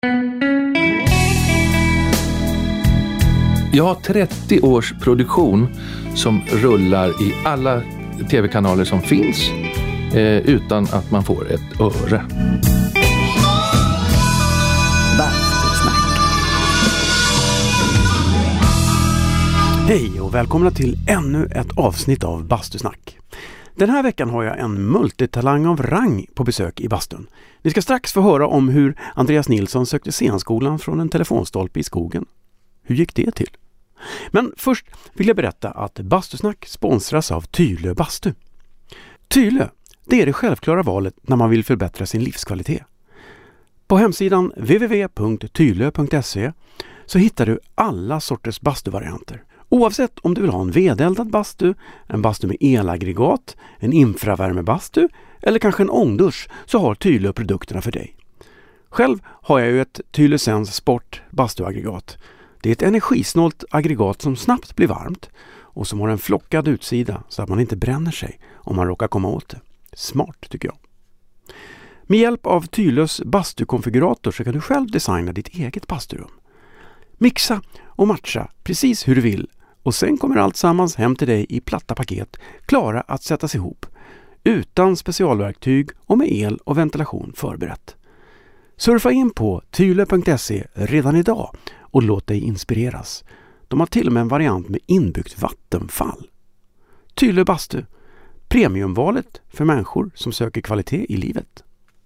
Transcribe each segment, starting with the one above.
Jag har 30 års produktion som rullar i alla tv-kanaler som finns utan att man får ett öre. Bastusnack. Hej och välkomna till ännu ett avsnitt av Bastusnack. Den här veckan har jag en multitalang av rang på besök i bastun. Ni ska strax få höra om hur Andreas Nilsson sökte scenskolan från en telefonstolpe i skogen. Hur gick det till? Men först vill jag berätta att Bastusnack sponsras av Tylö Bastu. Tylö, det är det självklara valet när man vill förbättra sin livskvalitet. På hemsidan www.tylö.se så hittar du alla sorters bastuvarianter. Oavsett om du vill ha en vedeldad bastu, en bastu med elaggregat, en infravärmebastu eller kanske en ångdusch, så har Tylö produkterna för dig. Själv har jag ju ett Tylö Sense Sport bastuaggregat. Det är ett energisnålt aggregat som snabbt blir varmt och som har en flockad utsida så att man inte bränner sig om man råkar komma åt det. Smart tycker jag. Med hjälp av Tylös bastukonfigurator så kan du själv designa ditt eget basturum. Mixa och matcha precis hur du vill och sen kommer allt sammans hem till dig i platta paket klara att sättas ihop utan specialverktyg och med el och ventilation förberett. Surfa in på tylö.se redan idag och låt dig inspireras. De har till och med en variant med inbyggt vattenfall. Tylö Bastu, premiumvalet för människor som söker kvalitet i livet.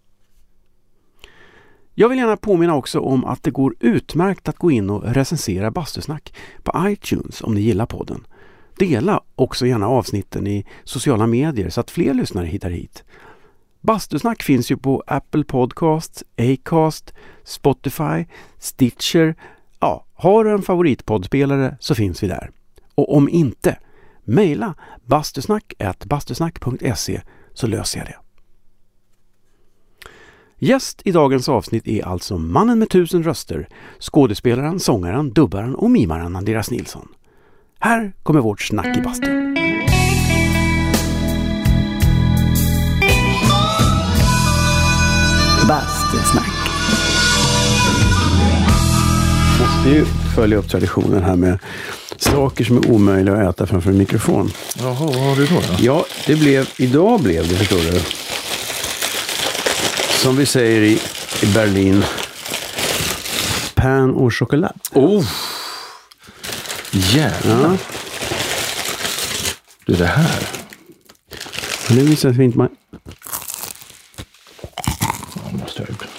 Jag vill gärna påminna också om att det går utmärkt att gå in och recensera Bastusnack på iTunes om ni gillar podden. Dela också gärna avsnitten i sociala medier så att fler lyssnare hittar hit. Bastusnack finns ju på Apple Podcasts, Acast, Spotify, Stitcher. Ja, har du en favoritpoddspelare så finns vi där. Och om inte, mejla bastusnack@bastusnack.se så löser jag det. Gäst i dagens avsnitt är alltså mannen med 1000 röster, skådespelaren, sångaren, dubbaren och mimaren Andreas Nilsson. Här kommer vårt snack i bastun. Bastusnack. Måste ju följa upp traditionen här med saker som är omöjliga att äta framför en mikrofon. Jaha, vad har du då? Ja, idag blev det, förstår du. Som vi säger i Berlin, pain au chocolat. Oh! Jävlar! Ja. Du, det här. Det visar fint man. Ja, måste jag ut.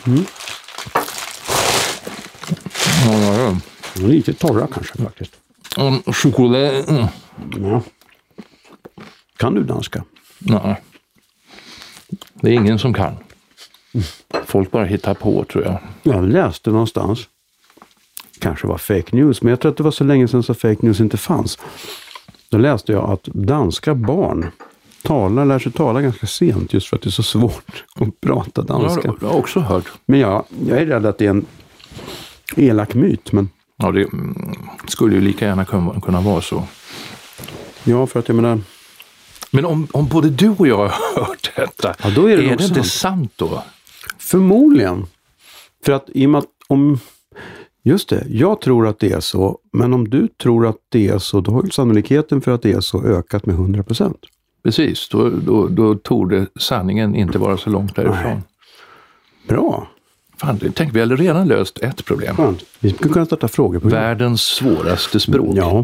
Ja. Lite torra kanske faktiskt. Choklad. Ja. Kan du danska? Nej. Det är ingen som kan. Folk bara hittar på, tror jag. Jag läste någonstans. Kanske var fake news, men jag tror att det var så länge sedan så fake news inte fanns. Då läste jag att danska barn lär sig tala ganska sent just för att det är så svårt att prata danska. Ja, jag har också hört. Men jag är rädd att det är en elak myt. Men... Ja, det skulle ju lika gärna kunna vara så. Ja, för att jag menar... Men om både du och jag har hört detta, ja, då är det inte sant då? Förmodligen. För att i och med att just det, jag tror att det är så, men om du tror att det är så, då har ju sannolikheten för att det är så ökat med 100%. Precis, då tog det sanningen inte vara så långt därifrån. Nej. Bra. Fan, tänk, vi har redan löst ett problem. Fan. Vi skulle kunna starta frågor på världens svåraste språk. Ja.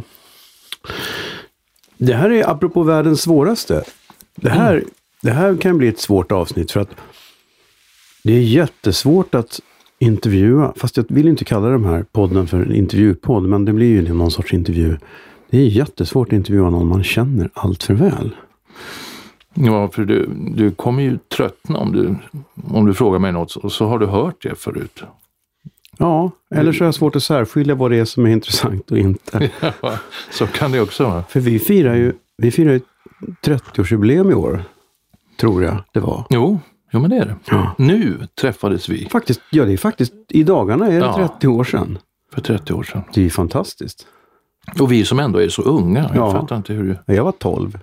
Det här är apropå världens svåraste. Det här kan bli ett svårt avsnitt för att det är jättesvårt att intervjua. Fast jag vill inte kalla de här podden för en intervjupodd, men det blir ju någon sorts intervju. Det är jättesvårt att intervjua någon man känner allt för väl. Ja, för du kommer ju tröttna om du frågar mig något och så har du hört det förut. Ja, eller så är det svårt att särskilja vad det är som är intressant och inte. Ja, så kan det också vara. För vi firar ju 30-årsjubileum i år, tror jag det var. Jo men det är det. Ja. Nu träffades vi. Faktiskt, ja, det är faktiskt, i dagarna är det 30 år sedan. För 30 år sedan. Det är fantastiskt. Och vi som ändå är så unga, jag fattar inte hur du... Jag var 12.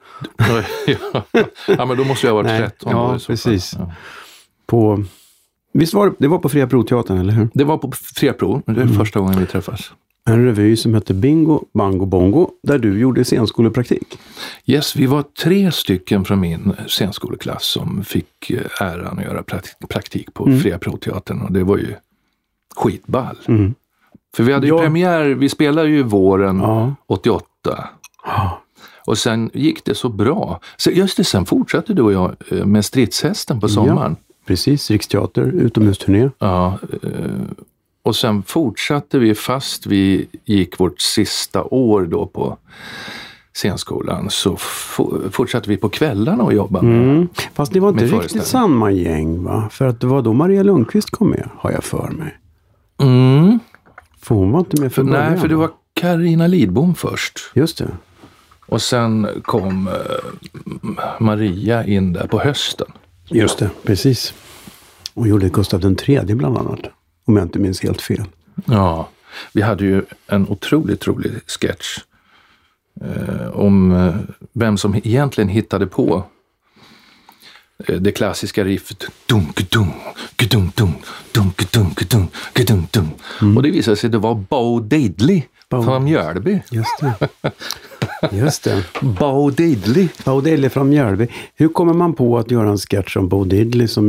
Ja, men då måste jag ha varit 13. Ja, precis. Ja. Visst det var på Fria Pro-teatern, eller hur? Det var på Fria Pro, det är första gången vi träffas. En revy som hette Bingo, Bango, Bongo, där du gjorde scenskolepraktik. Yes, vi var 3 stycken från min scenskoleklass som fick äran att göra praktik på Fria Pro-teatern, och det var ju skitball. För vi hade ju premiär, vi spelade ju våren 88. Och sen gick det så bra. Så just det, sen fortsatte du och jag med Stridshästen på sommaren. Ja, precis, Riksteater, utomhusturné. Ja, och sen fortsatte vi, fast vi gick vårt sista år då på scenskolan, så fortsatte vi på kvällarna och jobba med. Fast det var inte riktigt samma gäng, va? För att det var då Maria Lundqvist kom med, har jag för mig. För hon var inte med från början. Nej, för det var Carina Lidbom först. Just det. Och sen kom Maria in där på hösten. Just det, precis. Och gjorde Gustav den tredje bland annat. Om jag inte minns helt fel. Ja, vi hade ju en otroligt rolig sketch om vem som egentligen hittade på det klassiska riffet dunk-dunk, gedunk-dunk, dunk-dunk, gedunk-dunk. Och det visade sig att det var Bo Diddley från Mjölby. Just det. Just det. Bo Diddley. Bo Diddley från Mjölby. Hur kommer man på att göra en sketch om Bo Diddley som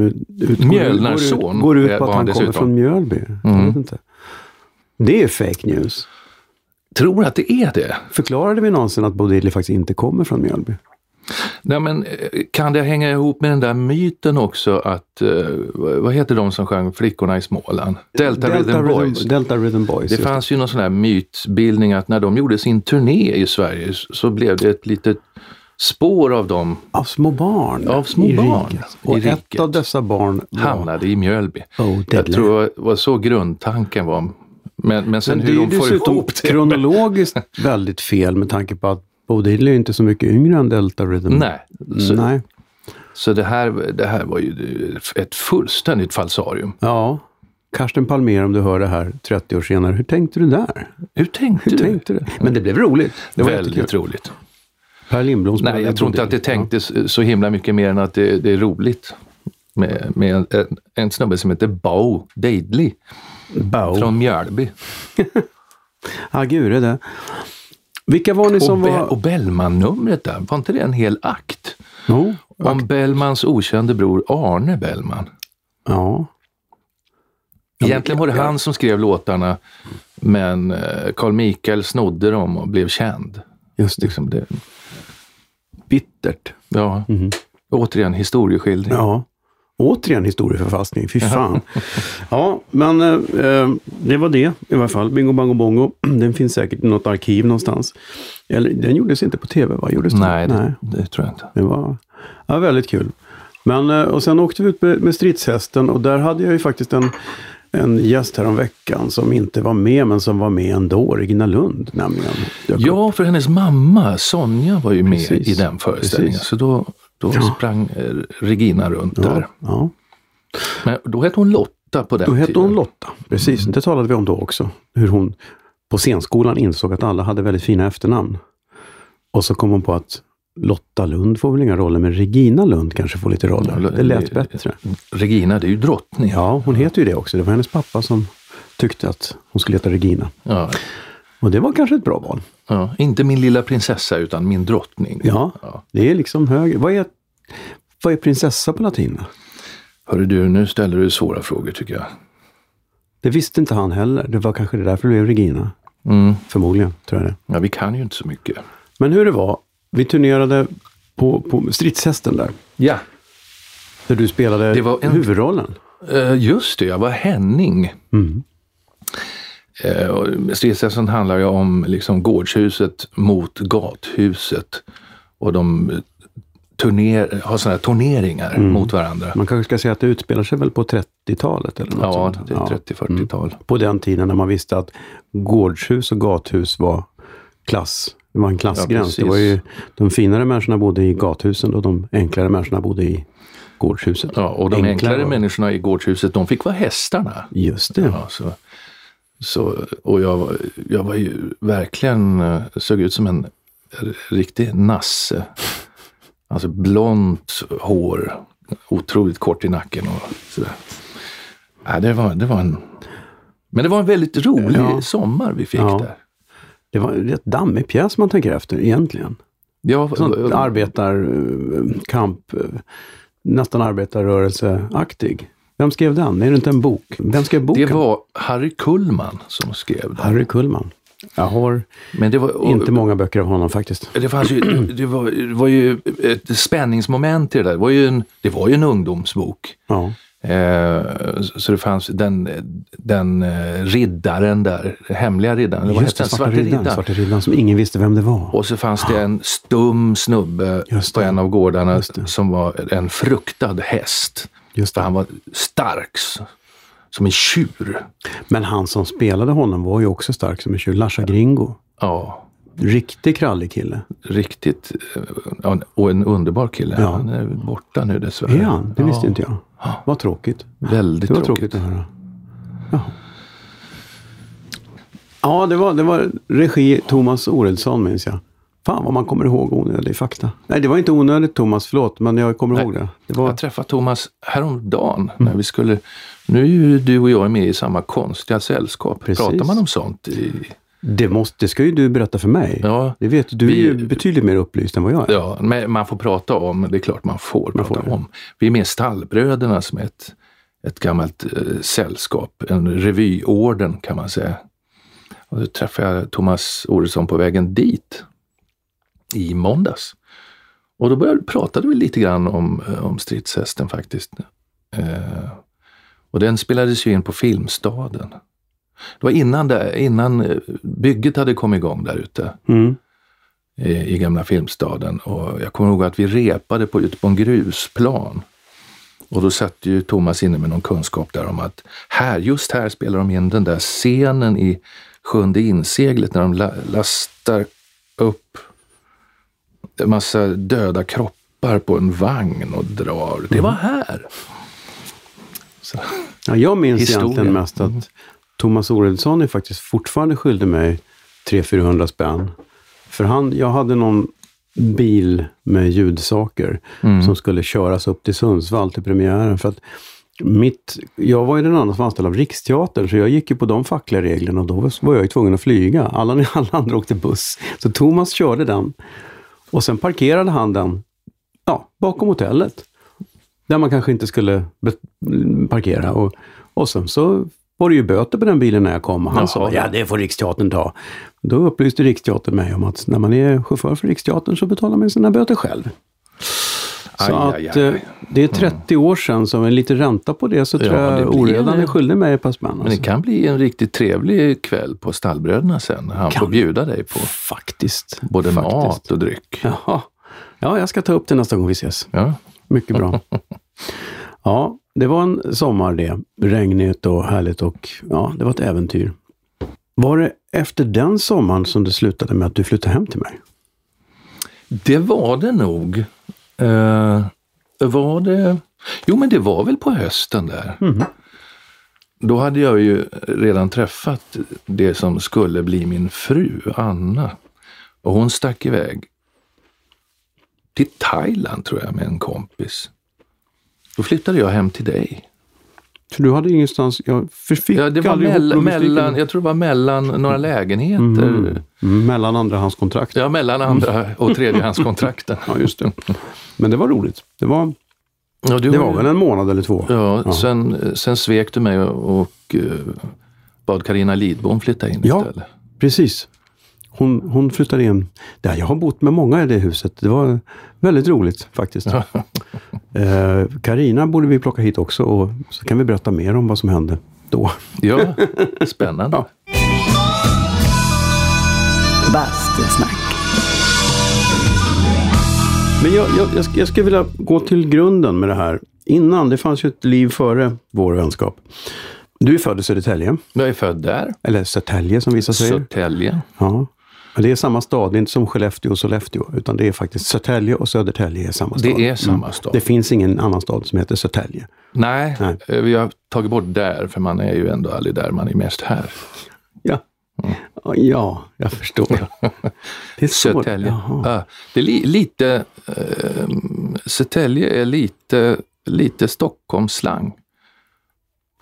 går ut på att han kommer från Mjölby? Jag vet inte. Det är fake news. Tror att det är det. Förklarade vi någonsin att Bo Diddley faktiskt inte kommer från Mjölby? Nej, men kan det hänga ihop med den där myten också att, vad heter de som sjöng Flickorna i Småland? Delta Rhythm Boys. Det fanns ju någon sån här mytbildning att när de gjorde sin turné i Sverige så blev det ett litet spår av dem. Av små barn. Och ett av dessa barn hamnade i Mjölby. Jag tror det var så grundtanken var. Men sen hur de får ihop det. Kronologiskt väldigt fel med tanke på att Bo Diddley är inte så mycket yngre än Delta Rhythm. Nej. Så det här var ju ett fullständigt falsarium. Ja. Karsten Palmér, om du hör det här 30 år senare. Hur tänkte du där? Hur tänkte du? Men det blev roligt. Det var väldigt roligt. Per Lindblom. Nej, jag tror inte att det tänktes så himla mycket mer än att det är roligt. Med en snubbe som heter Bo Diddley. Från Mjölby. Ja, gud är det. Vilka var ni som var... Och Bellman-numret där, var inte det en hel akt? Om Bellmans okände bror Arne Bellman. Ja. Egentligen var det han som skrev låtarna, men Carl Michael snodde dem och blev känd. Just det. Liksom det. Bittert. Ja. Återigen historieskildring. Ja. Återigen historieförfalskning, fy fan. Ja, men det var det i alla fall. Bingo, bango, bongo. Den finns säkert i något arkiv någonstans. Eller, den gjordes inte på tv, va? Nej, det tror jag inte. Det var väldigt kul. Men, och sen åkte vi ut med Stridshästen, och där hade jag ju faktiskt en gäst här om veckan som inte var med, men som var med ändå, Regina Lund nämligen. Ja, för hennes mamma Sonja var ju med i den föreställningen. Så då sprang Regina runt där. Ja. Men då hette hon Lotta på den tiden. Då hette hon Lotta, precis. Det talade vi om då också. Hur hon på scenskolan insåg att alla hade väldigt fina efternamn. Och så kom hon på att Lotta Lund får väl inga roller, men Regina Lund kanske får lite roller. Det lät bättre. Regina, det är ju drottning. Ja, hon heter ju det också. Det var hennes pappa som tyckte att hon skulle heta Regina. Ja. Och det var kanske ett bra val. Ja, inte min lilla prinsessa utan min drottning. Ja. Det är liksom högre. Vad är prinsessa på latin? Hörru du, nu ställer du svåra frågor tycker jag. Det visste inte han heller. Det var kanske det därför det blev Regina. Förmodligen, tror jag det. Ja, vi kan ju inte så mycket. Men hur det var, vi turnerade på Stridshästen där. Ja. Där du spelade huvudrollen. Just det, jag var Henning. Stridshästen handlar ju om liksom gårdshuset mot gathuset. Och de har sådana här turneringar mot varandra. Man kanske ska säga att det utspelar sig väl på 30-talet eller något sånt. Det är 30-40-tal. På den tiden när man visste att gårdshus och gathus var klass. Det var en klassgräns. Det var ju, de finare människorna bodde i gathusen och de enklare människorna bodde i gårdshuset. Ja, och de enklare människorna i gårdshuset, de fick vara hästarna. Just det. Ja, och jag var ju verkligen, såg ut som en riktig nasse. Alltså blont hår, otroligt kort i nacken och sådär. Ja, det var en väldigt rolig sommar vi fick där. Det var en rätt dammig pjäs man tänker efter egentligen. Ja, arbetarkamp, nästan arbetarrörelseaktig. Vem skrev den? Är det inte en bok? Vem skrev boken? Det var Harry Kullman som skrev den. Harry Kullman. Jag har inte många böcker av honom faktiskt. Det var ju ett spänningsmoment i det där. Det var ju en ungdomsbok. Ja. Så det fanns den riddaren där, hemliga riddaren. Just det, Svarte riddaren som ingen visste vem det var. Och så fanns det en stum snubbe på en av gårdarna som var en fruktad häst. Just det. Han var stark som en tjur. Men han som spelade honom var ju också stark som en tjur. Larsa Gringo. Ja. Riktig krallig kille. Riktigt. Och en underbar kille. Ja. Han är borta nu dessvärre. Ja, det visste inte jag. Vad tråkigt. Väldigt tråkigt. Det var tråkigt att höra. Ja, det var regi Thomas Oredsson minns jag. Fan vad man kommer ihåg onödig fakta. Nej, det var inte onödigt Thomas, förlåt, men jag kommer ihåg det. Jag träffade Thomas häromdagen när vi skulle... Nu är ju du och jag med i samma konstiga sällskap. Precis. Pratar man om sånt Det ska ju du berätta för mig. Ja, det vet du. Du är ju betydligt mer upplyst än vad jag är. Ja, men man får prata om, det är klart man får prata om. Vi är med Stallbröderna som är ett gammalt sällskap. En revyorden kan man säga. Och då träffade jag Thomas Oredsson på vägen dit i måndags. Och då pratade vi lite grann om Stridshästen faktiskt. Och den spelades ju in på Filmstaden. Det var innan bygget hade kommit igång där ute i gamla Filmstaden. Och jag kommer ihåg att vi repade ute på en grusplan. Och då satt ju Thomas inne med någon kunskap där om att just här spelar de in den där scenen i Sjunde inseglet när de lastar upp en massa döda kroppar på en vagn och drar. Det var här. Så. Ja, jag minns egentligen mest att Thomas Oredsson är faktiskt fortfarande skyldig mig 300-400 spänn. För jag hade någon bil med ljudsaker som skulle köras upp till Sundsvall till premiären. För att jag var ju den andra som var anställd av Riksteatern, så jag gick ju på de fackliga reglerna och då var jag ju tvungen att flyga. Alla andra åkte buss. Så Thomas körde den och sen parkerade han den bakom hotellet. Där man kanske inte skulle parkera. Och sen så var det ju böter på den bilen när jag kom. Och han sa, det får Riksteatern ta. Då upplyste Riksteatern mig om att när man är chaufför för Riksteatern så betalar man sina böter själv. Så det är 30 år sedan, så med lite ränta på det så tror jag oredan är skyldig mig ett par spänn. Men det kan bli en riktigt trevlig kväll på Stallbröderna sen. Han får bjuda dig på både mat och dryck. Ja, jag ska ta upp det nästa gång vi ses. Ja. Mycket bra. Ja, det var en sommar det. Regnigt och härligt och det var ett äventyr. Var det efter den sommaren som det slutade med att du flyttade hem till mig? Det var det nog. Var det... Jo, men det var väl på hösten där. Då hade jag ju redan träffat det som skulle bli min fru, Anna. Och hon stack iväg till Thailand tror jag med en kompis. Då flyttade jag hem till dig. Så du hade ingenstans... det var mellan, jag tror det var mellan några lägenheter. Mellan andrahandskontrakt. Ja, mellan andra och tredjehandskontrakten. Ja, just det. Men det var roligt. Det var väl en månad eller 2. Ja. Sen svek du mig och bad Carina Lidbom flytta in istället. Ja, precis. Hon flyttade in. Jag har bott med många i det huset. Det var väldigt roligt faktiskt. Carina borde vi plocka hit också och så kan vi berätta mer om vad som hände då. Ja, spännande. Bastusnack. Men jag skulle vilja gå till grunden med det här. Innan, det fanns ju ett liv före vår vänskap. Du är född i Södertälje. Jag är född där. Eller Södertälje som vissa säger. Södertälje. Ja. Det är samma stad, det är inte som Skellefteå och Sollefteå, utan det är faktiskt Södertälje och Södertälje är samma stad. Det är samma stad. Det finns ingen annan stad som heter Södertälje. Nej, vi har tagit bort där, för man är ju ändå aldrig där, man är mest här. Ja, ja jag förstår. Det är Södertälje. Det är lite, Södertälje är lite Stockholmsslang.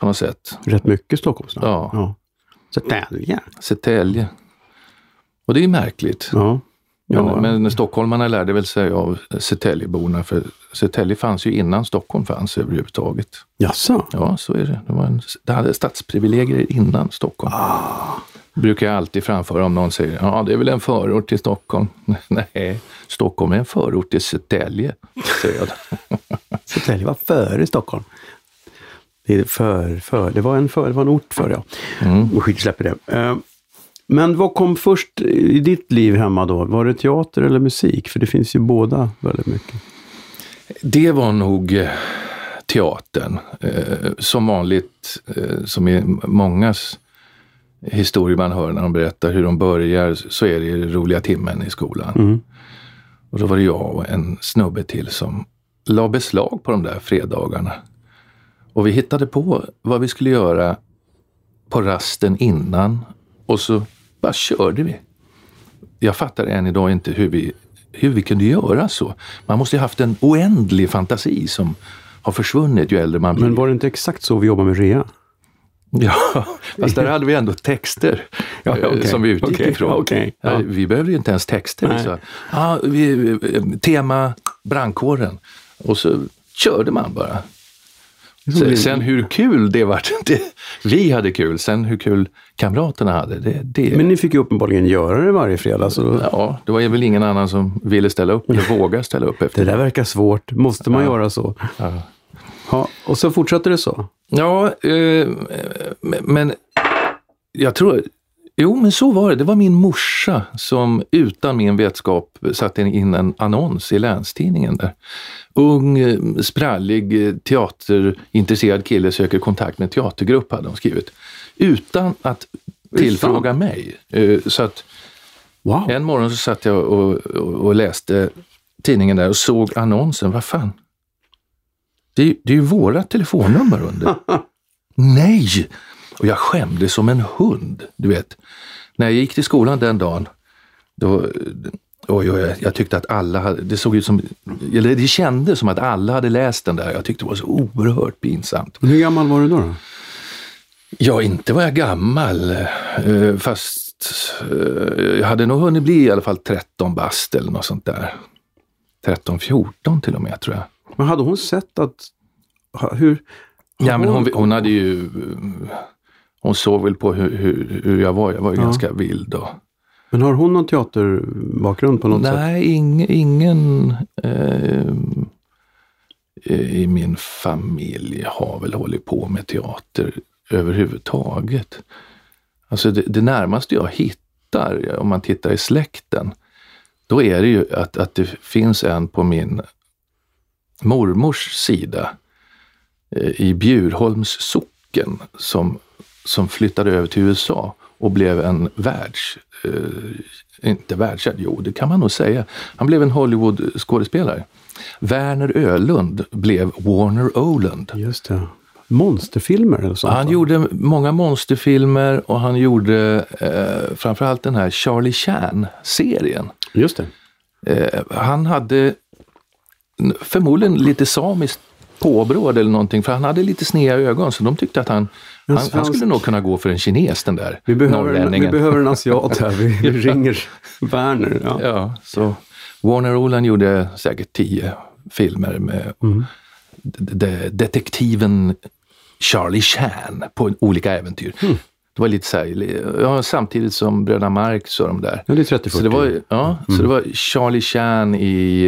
på något sätt. Rätt mycket stockholmskt. Ja. Södertälje. Och det är märkligt. Ja. Men stockholmarna lärde väl sig av Södertäljeborna, för Södertälje fanns ju innan Stockholm fanns överhuvudtaget. Jaså? Ja, så är det. Det hade stadsprivilegier innan Stockholm. Brukar jag alltid framföra om någon säger, ja det är väl en förort till Stockholm. Nej, Stockholm är en förort till Södertälje, säger jag. Södertälje var före Stockholm. Det var en ort för, ja. Och skit släpper det. Men vad kom först i ditt liv hemma då? Var det teater eller musik? För det finns ju båda väldigt mycket. Det var nog teatern. Som vanligt, som i mångas historier man hör när de berättar hur de börjar, så är det roliga timmen i skolan. Och då var det jag och en snubbe till som la beslag på de där fredagarna. Och vi hittade på vad vi skulle göra på rasten innan. Och så bara körde vi. Jag fattar än idag inte hur vi kunde göra så. Man måste ju haft en oändlig fantasi som har försvunnit ju äldre man blir. Men var det inte exakt så vi jobbar med rea? Ja, fast där hade vi ändå texter som vi utgick ifrån. Vi behövde ju inte ens texter. Så, tema brandkåren. Och så körde man bara. Sen hur kul det var, vi hade kul, sen hur kul kamraterna hade. Det. Men ni fick ju uppenbarligen göra det varje fredag. Så... Ja, det var väl ingen annan som ville ställa upp eller våga ställa upp efter. Det där verkar svårt, måste man göra så? Ja, och så fortsatte det så? Ja, men jag tror... Jo, men så var det. Det var min morsa som utan min vetskap satte in en annons i Länstidningen där. Ung, sprallig, teaterintresserad kille söker kontakt med en teatergrupp, hade de skrivit. Utan att tillfråga mig. Så att en morgon så satt jag och läste tidningen där och såg annonsen. Vad fan? Det är ju våra telefonnummer under. Nej! Och jag skämde som en hund, du vet. När jag gick till skolan den dagen, jag tyckte att alla hade, det såg ut som, eller det kändes som att alla hade läst den där. Jag tyckte det var så oerhört pinsamt. Hur gammal var du då? Ja, inte var jag gammal. Fast jag hade nog hunnit bli i alla fall 13 bast eller något sånt där. 13-14 till och med, tror jag. Men hade hon sett att... Hur... Ja, men hon hade ju... Hon såg väl på hur jag var. Jag var ju ganska vild då. Men har hon någon teaterbakgrund på något sätt? Nej, ingen i min familj har väl hållit på med teater överhuvudtaget. Alltså det närmaste jag hittar, om man tittar i släkten, då är det ju att det finns en på min mormors sida i Bjurholms socken som flyttade över till USA och blev en inte världskänd, jo det kan man nog säga. Han blev en Hollywood-skådespelare. Werner Öhlund blev Warner Oland. Just det. Monsterfilmer eller sånt? Han gjorde många monsterfilmer och han gjorde framförallt den här Charlie Chan-serien. Just det. Han hade förmodligen lite samiskt påbråd eller någonting, för han hade lite sneda ögon, så de tyckte att han skulle nog kunna gå för en kines, den där norrlänningen. Vi behöver en asiat här, vi ringer Werner. Ja, så Warner Oland gjorde säkert 10 filmer med detektiven Charlie Chan på olika äventyr. Det var lite så här, samtidigt som Bröderna Marx och de där. Ja, det är 30-40. Så det var, så det var Charlie Chan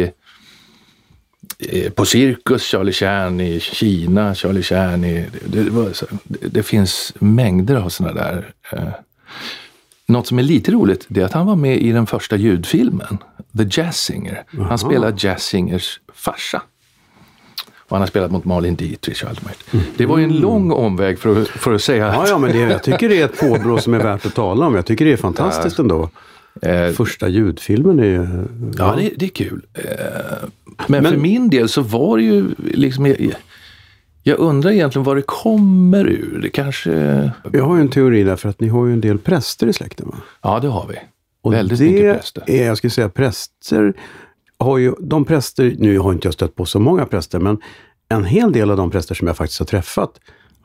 på cirkus, Charlie Chan i Kina, Charlie Chan det finns mängder av såna där. Något som är lite roligt, det är att han var med i den första ljudfilmen, The Jazz Singer. Han spelar Jazz Singers farsa. Och han har spelat mot Marlene Dietrich och allt möjligt. Det var ju en lång omväg för att säga att... Ja, men jag tycker det är ett påbrå som är värt att tala om. Jag tycker det är fantastiskt ändå. Första ljudfilmen är ju... Ja, det är kul. Men för min del så var det ju liksom... Jag undrar egentligen vad det kommer ur. Det kanske... Jag har ju en teori där, för att ni har ju en del präster i släkten, va? Ja, det har vi. Och väldigt mycket präster. Jag skulle säga präster har ju... De präster... Nu har inte jag stött på så många präster, men en hel del av de präster som jag faktiskt har träffat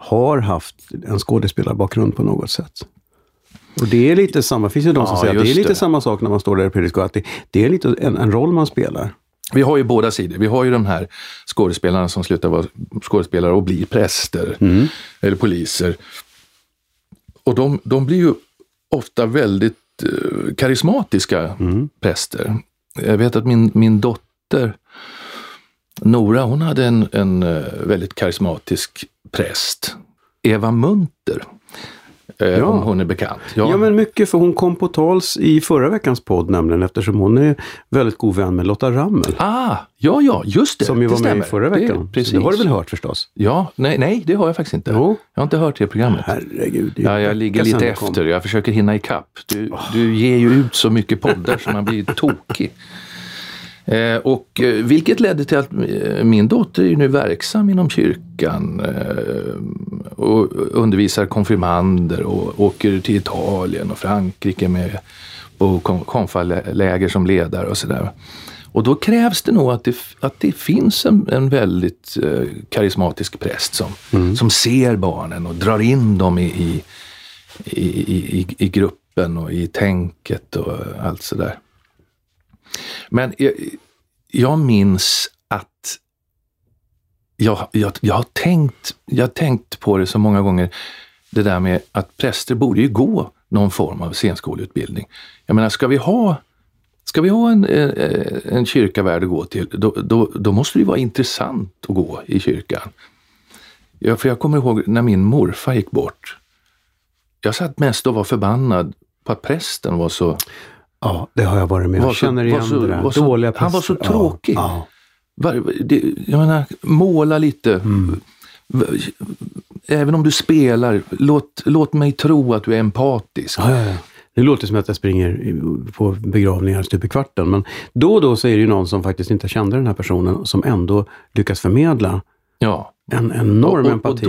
har haft en skådespelarbakgrund på något sätt. Och det är lite samma, finns ju de som säger att det är lite samma sak när man står där i Predikskål, att det är lite en roll man spelar. Vi har ju båda sidor. Vi har ju de här skådespelarna som slutar vara skådespelare och blir präster eller poliser. Och de blir ju ofta väldigt karismatiska präster. Jag vet att min dotter Nora, hon hade en väldigt karismatisk präst. Eva Munter. Om hon är bekant. Ja, men mycket, för hon kom på tals i förra veckans podd nämligen, eftersom hon är väldigt god vän med Lotta Rammel. Ja, just det. Som ju var med i förra veckan. Det har du väl hört förstås? Ja, nej, det har jag faktiskt inte. Jo. Jag har inte hört det programmet. Herregud. Jag ligger lite efter. Jag försöker hinna ikapp. Du ger ju ut så mycket poddar som man blir tokig. Och vilket ledde till att min dotter är nu verksam inom kyrkan och undervisar konfirmander och åker till Italien och Frankrike med på konfaläger som ledare och sådär. Och då krävs det nog att det finns en väldigt karismatisk präst som ser barnen och drar in dem i gruppen och i tänket och allt sådär. Men jag minns att jag har tänkt på det så många gånger, det där med att präster borde ju gå någon form av scenskoleutbildning. Jag menar, ska vi ha en kyrkavärld att gå till, då måste det ju vara intressant att gå i kyrkan. För jag kommer ihåg när min morfar gick bort. Jag satt mest och var förbannad på att prästen var så... Ja, det har jag varit med. Jag känner igen det där. Dåliga präster. Han var så tråkig. Ja. Jag menar, måla lite. Även om du spelar, låt mig tro att du är empatisk. Ja. Det låter som att jag springer på begravningar stup i kvarten. Men då och då så är det ju någon som faktiskt inte kände den här personen som ändå lyckas förmedla en enorm empati.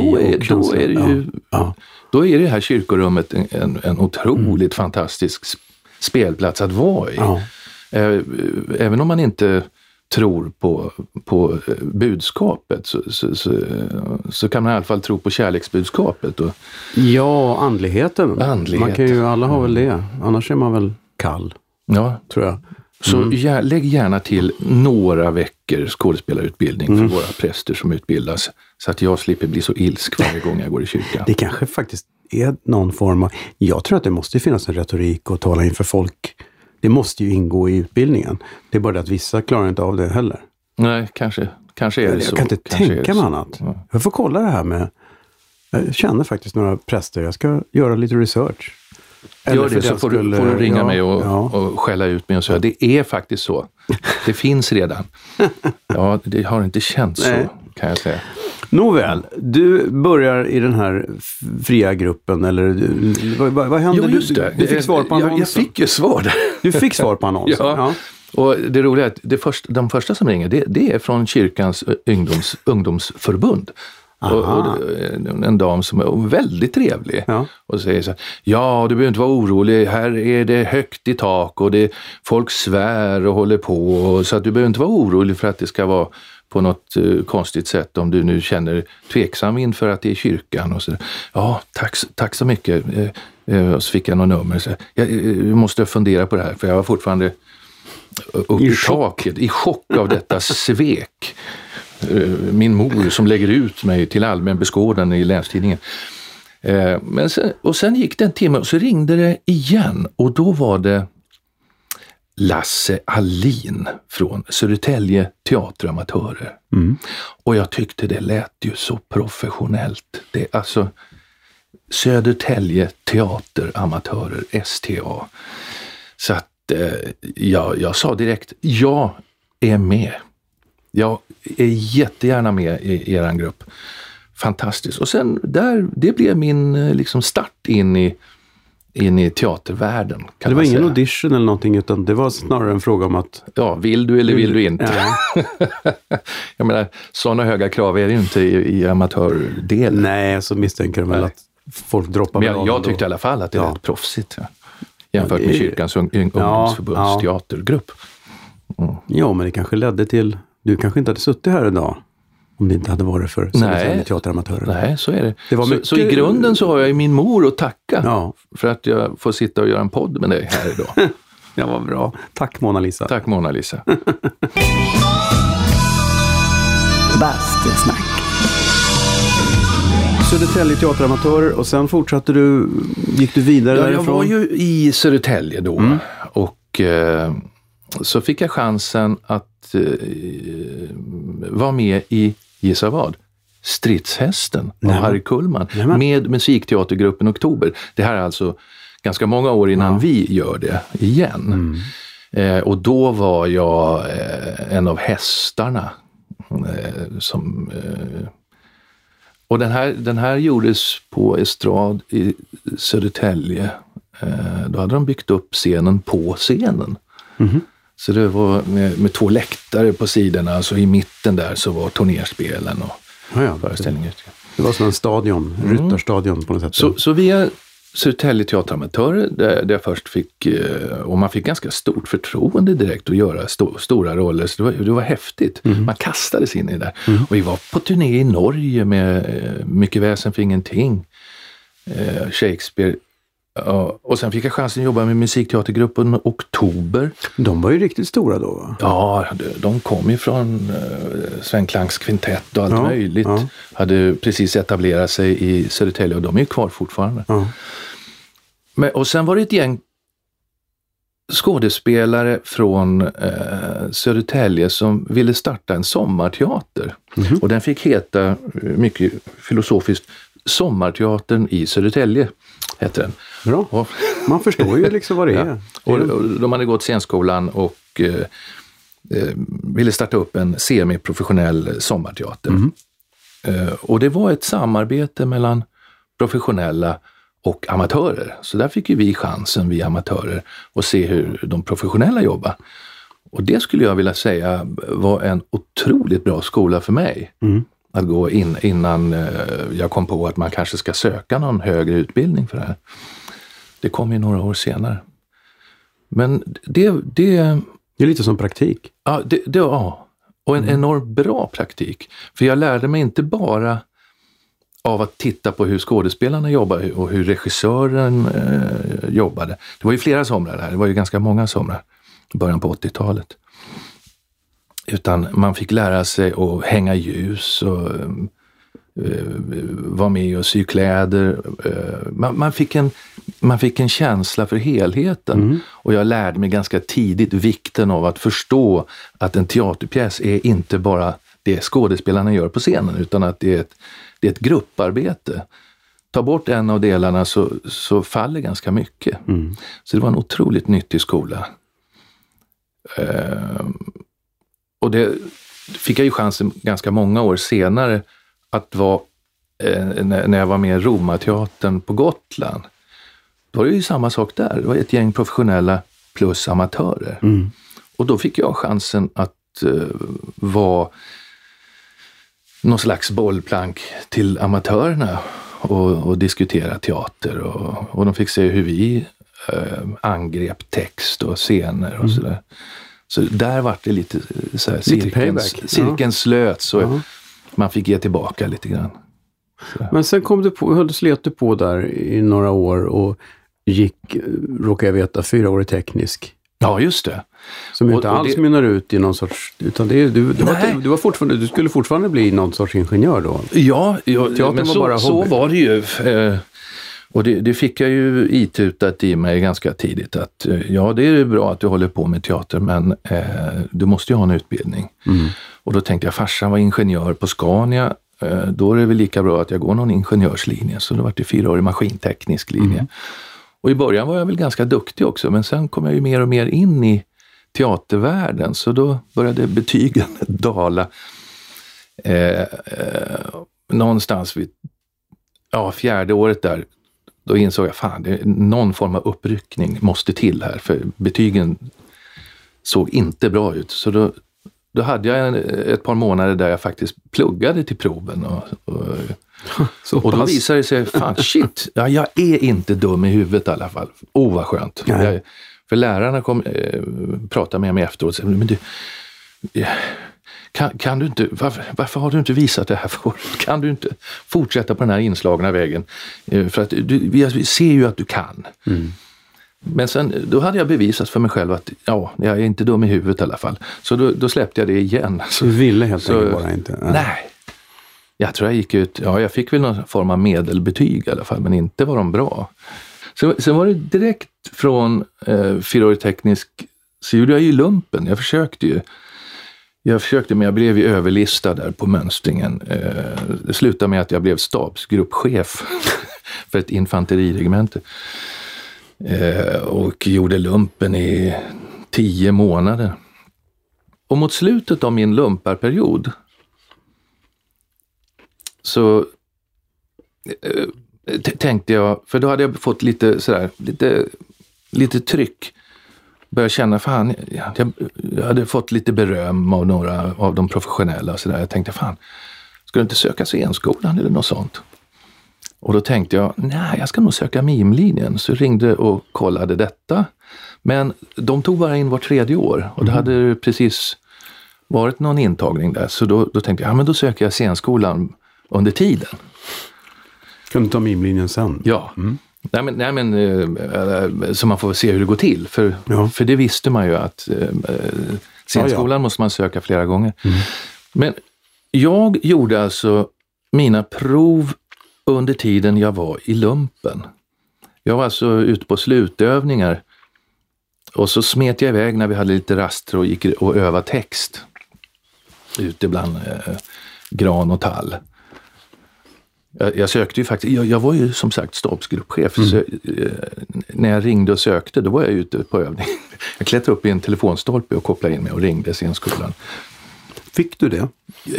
Då är det här kyrkorummet en otroligt fantastisk spelplats att vara i. Ja. Även om man inte tror på budskapet så kan man i alla fall tro på kärleksbudskapet. Ja, andligheten. Man kan ju, alla har väl det. Annars är man väl kall. Ja, tror jag. Så lägg gärna till några veckor skådespelarutbildning för våra präster som utbildas, så att jag slipper bli så ilsk varje gång jag går i kyrkan. Det kanske faktiskt är någon form av... Jag tror att det måste finnas en retorik och tala inför folk. Det måste ju ingå i utbildningen. Det är bara det att vissa klarar inte av det heller. Nej, kanske är det så. Jag kan inte tänka mig annat. Ja. Jag får kolla det här med... Jag känner faktiskt några präster. Jag ska göra lite research. Gör det, så får du ringa mig och skälla ut mig och säga, det är faktiskt så. Det finns redan. Ja, det har inte känts så, kan jag säga. Nåväl, du börjar i den här fria gruppen, eller vad hände? Jo, just det. Du fick svar på annonsen. Jag fick ju svar där. Du fick svar på annonsen. Ja. Och det roliga är att de första som ringer, det är från kyrkans ungdomsförbund. Och en dam som är väldigt trevlig och säger så här: ja, du behöver inte vara orolig, här är det högt i tak och folk svär och håller på, så att du behöver inte vara orolig för att det ska vara på något konstigt sätt om du nu känner tveksam inför att det är kyrkan och så. Ja, tack så mycket. Och så fick jag något nummer. Så jag måste fundera på det här, för jag var fortfarande uppe i taket i chock av detta svek. Min mor som lägger ut mig till allmän beskådan i Länstidningen. Sen gick det en timme och så ringde det igen, och då var det Lasse Allin från Södertälje teateramatörer. Och jag tyckte det lät ju så professionellt. Det är alltså Södertälje teateramatörer, STA. Så att jag sa direkt, jag är med. Jag är jättegärna med i eran grupp. Fantastiskt. Och sen det blev min liksom start in i teatervärlden. Det var ingen audition eller någonting, utan det var snarare en fråga om att... Ja, vill du eller vill du inte? Ja. Jag menar, sådana höga krav är det ju inte i amatördelen. Nej, så misstänker de väl att folk droppar. Men jag tyckte i alla fall att det är rätt proffsigt. Ja. Jämfört med kyrkans ungdomsförbunds teatergrupp. Ja, men det kanske ledde till... Du kanske inte hade suttit här idag. Om det inte hade varit för Södertälje teateramatörer. Nej, så är det. Så i grunden så har jag min mor att tacka för att jag får sitta och göra en podd med dig här idag. Ja, vad bra. Tack Mona Lisa. Tack Mona Lisa. Bastusnack. Södertälje teateramatörer och sen gick du vidare därifrån? Jag var ju i Södertälje då och så fick jag chansen att vara med i, gissa vad? Stridshästen av Harry Kullman med musikteatergruppen Oktober. Det här är alltså ganska många år innan vi gör det igen. Och då var jag en av hästarna och den här gjordes på estrad i Södertälje. Då hade de byggt upp scenen på scenen. Så det var med 2 läktare på sidorna, så i mitten där så var turnerspelen och föreställningen. Det var som en stadion, ryttarstadion på något sätt. Så via Södertälje teateramatörer där jag först fick, och man fick ganska stort förtroende direkt att göra stora roller, så det var häftigt. Man kastades in i det. Och vi var på turné i Norge med Mycket väsen för ingenting, Shakespeare. Och sen fick jag chansen att jobba med musikteatergruppen Oktober. De var ju riktigt stora då, va? Ja, de kom ju från Sven Klangs kvintett och allt möjligt. Hade precis etablerat sig i Södertälje och de är ju kvar fortfarande. Och sen var det ett gäng skådespelare från Södertälje som ville starta en sommarteater. Och den fick heta, mycket filosofiskt, Sommarteatern i Södertälje heter den. Bra. Man förstår ju liksom vad det är. Och de hade gått scenskolan och ville starta upp en semiprofessionell sommarteater. Och det var ett samarbete mellan professionella och amatörer. Så där fick ju vi chansen, vi amatörer, att se hur de professionella jobbar. Och det skulle jag vilja säga var en otroligt bra skola för mig. Att gå innan jag kom på att man kanske ska söka någon högre utbildning för det här. Det kom ju några år senare. Men det är lite som praktik. Ja, och en enormt bra praktik. För jag lärde mig inte bara av att titta på hur skådespelarna jobbade och hur regissören jobbade. Det var ju flera somrar här, det var ju ganska många somrar i början på 80-talet. Utan man fick lära sig att hänga ljus och vara med och sy kläder. Man fick en känsla för helheten. Och jag lärde mig ganska tidigt vikten av att förstå att en teaterpjäs är inte bara det skådespelarna gör på scenen, utan att det är ett grupparbete. Ta bort en av delarna så faller ganska mycket. Så det var en otroligt nyttig skola. Och det fick jag ju chansen ganska många år senare att vara, när jag var med i Romateatern på Gotland. Då var det ju samma sak där. Det var ett gäng professionella plus amatörer. Och då fick jag chansen att vara någon slags bollplank till amatörerna och diskutera teater. Och de fick se hur vi angrep text och scener och sådär. Så där var det lite så här, cirkeln slöt, så man fick ge tillbaka lite grann. Så. Men sen slet du på där i några år och råkade jag veta, 4-årig teknisk. Ja, just det. Som inte alls mynnar ut i någon sorts, utan du skulle fortfarande bli någon sorts ingenjör då. Ja, men så var det ju. Och det fick jag ju itutat i mig ganska tidigt att det är bra att du håller på med teater, men du måste ju ha en utbildning. Och då tänkte jag, farsan var ingenjör på Scania, då är det väl lika bra att jag går någon ingenjörslinje. Så det var det 4-årig maskinteknisk linje. Och i början var jag väl ganska duktig också, men sen kom jag ju mer och mer in i teatervärlden, så då började betygen dala. Någonstans vid 4:e året där, då insåg jag, någon form av uppryckning måste till här, för betygen såg inte bra ut. Så då hade jag ett par månader där jag faktiskt pluggade till proven. Och då visade det sig, jag är inte dum i huvudet i alla fall. Vad skönt. För lärarna kom prata med mig efteråt och sa, men du, kan du inte, varför har du inte visat det här förut? Kan du inte fortsätta på den här inslagna vägen? För att vi ser ju att du kan. Men sen, då hade jag bevisat för mig själv att jag är inte dum i huvudet i alla fall. Så då släppte jag det igen. Så du ville helt enkelt bara inte? Nej. Jag tror jag gick ut, jag fick väl någon form av medelbetyg i alla fall, men inte var de bra. Sen var det direkt från 4-årig teknisk, så gjorde jag ju lumpen. Jag försökte, men jag blev ju överlistad där på mönstringen. Det slutade med att jag blev stabsgruppchef för ett infanteriregemente. Och gjorde lumpen i 10 månader. Och mot slutet av min lumparperiod så tänkte jag, för då hade jag fått lite tryck. Började känna, fan, jag hade fått lite beröm av några av de professionella. Så där. Jag tänkte, fan, ska du inte söka scenskolan eller något sånt? Och då tänkte jag, nej, jag ska nog söka mimlinjen. Så jag ringde och kollade detta. Men de tog bara in var 3:e år. Och det hade precis varit någon intagning där. Så då tänkte jag, men då söker jag scenskolan under tiden. Kan du ta mimlinjen sen? Ja. Nej men så man får se hur det går till. För det visste man ju att scenskolan måste man söka flera gånger. Men jag gjorde alltså mina prov under tiden jag var i lumpen. Jag var alltså ute på slutövningar. Och så smet jag iväg när vi hade lite raster och gick och övade text. Ute bland gran och tall. Jag sökte ju faktiskt, jag var ju som sagt stabsgruppchef. Så, när jag ringde och sökte, då var jag ute på övning. Jag klättrade upp i en telefonstolpe och kopplade in mig och ringde scenskolan. Fick du det?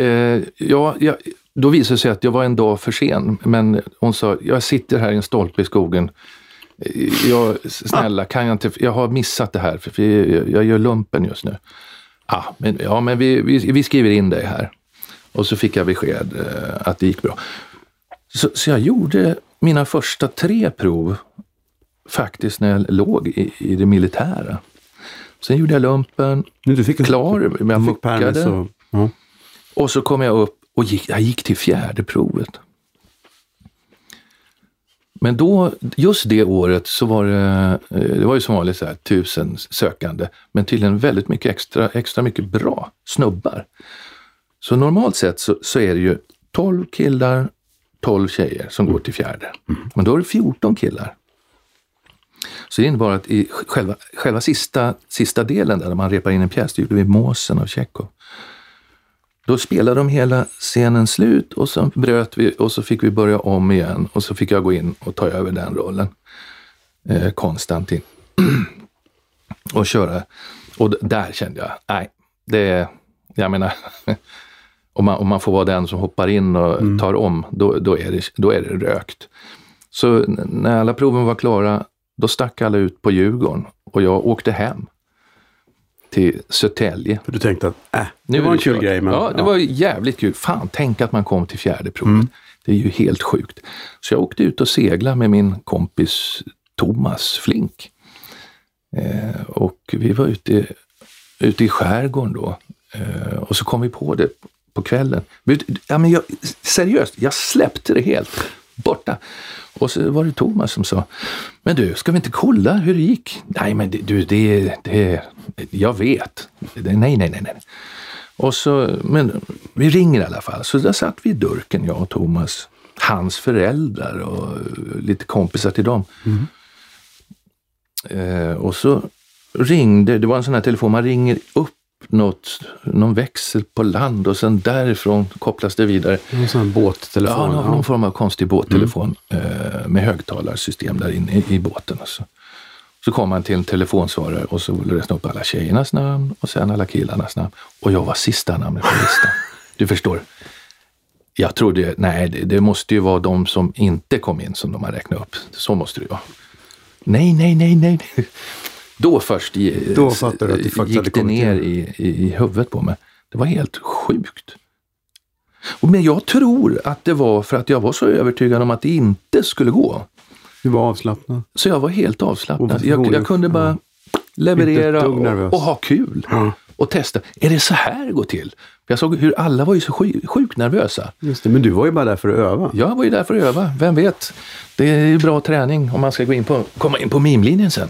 Då visade det sig att jag var en dag för sen. Men hon sa, jag sitter här i en stolpe i skogen. Snälla, kan jag inte, jag har missat det här för jag gör lumpen just nu. Men vi skriver in dig här. Och så fick jag besked att det gick bra. Så jag gjorde mina första 3 prov faktiskt när jag låg i det militära. Sen gjorde jag lumpen, klar, men jag muckade. Och så kom jag upp och jag gick till 4:e provet. Men då, just det året så var det var ju som vanligt så här 1000 sökande, men tydligen väldigt mycket extra mycket bra snubbar. Så normalt sett så är det ju 12 killar, 12 tjejer som går till 4:e. Men då är det 14 killar. Så det innebar att i själva sista delen där man repar in en pjäs, det gjorde vi Måsen av Tjechov. Då spelade de hela scenen slut och så bröt vi och så fick vi börja om igen och så fick jag gå in och ta över den rollen. Konstantin. Och köra. Och där kände jag, jag menar, om man får vara den som hoppar in och tar om, då är det rökt. Så när alla proven var klara, då stack alla ut på Djurgården och jag åkte hem till Södertälje. För du tänkte att det var en kul grej. Men, det var jävligt kul. Fan, tänk att man kom till 4:e provet. Det är ju helt sjukt. Så jag åkte ut och seglade med min kompis Thomas Flink. Och vi var ute i skärgården då. Och så kom vi på det på kvällen. Seriöst, jag släppte det helt borta. Och så var det Thomas som sa, men du, ska vi inte kolla hur det gick? Nej, men det jag vet. Nej. Och så, men vi ringer i alla fall. Så där satt vi i dörken, jag och Thomas, hans föräldrar och lite kompisar till dem. Och så ringde, det var en sån här telefon, man ringer upp någon växel på land och sen därifrån kopplas det vidare. En sån båttelefon. Ja, någon form av konstig båttelefon med högtalarsystem där inne i båten. Så kom man till en telefonsvarare och så läste upp alla tjejernas namn och sen alla killarnas namn. Och jag var sista namnet på listan. Du förstår. Jag trodde, det måste ju vara de som inte kom in som de har räknat upp. Så måste det vara. Nej. Då först gick det ner i huvudet på mig. Det var helt sjukt. Men jag tror att det var för att jag var så övertygad om att det inte skulle gå. Du var avslappnad. Så jag var helt avslappnad. Jag kunde bara leverera och ha kul. och testa. Är det så här det går till? Jag såg hur alla var ju så sjukt nervösa. Just det, men du var ju bara där för att öva. Jag var ju där för att öva, vem vet. Det är ju bra träning om man ska komma in på mimlinjen sen.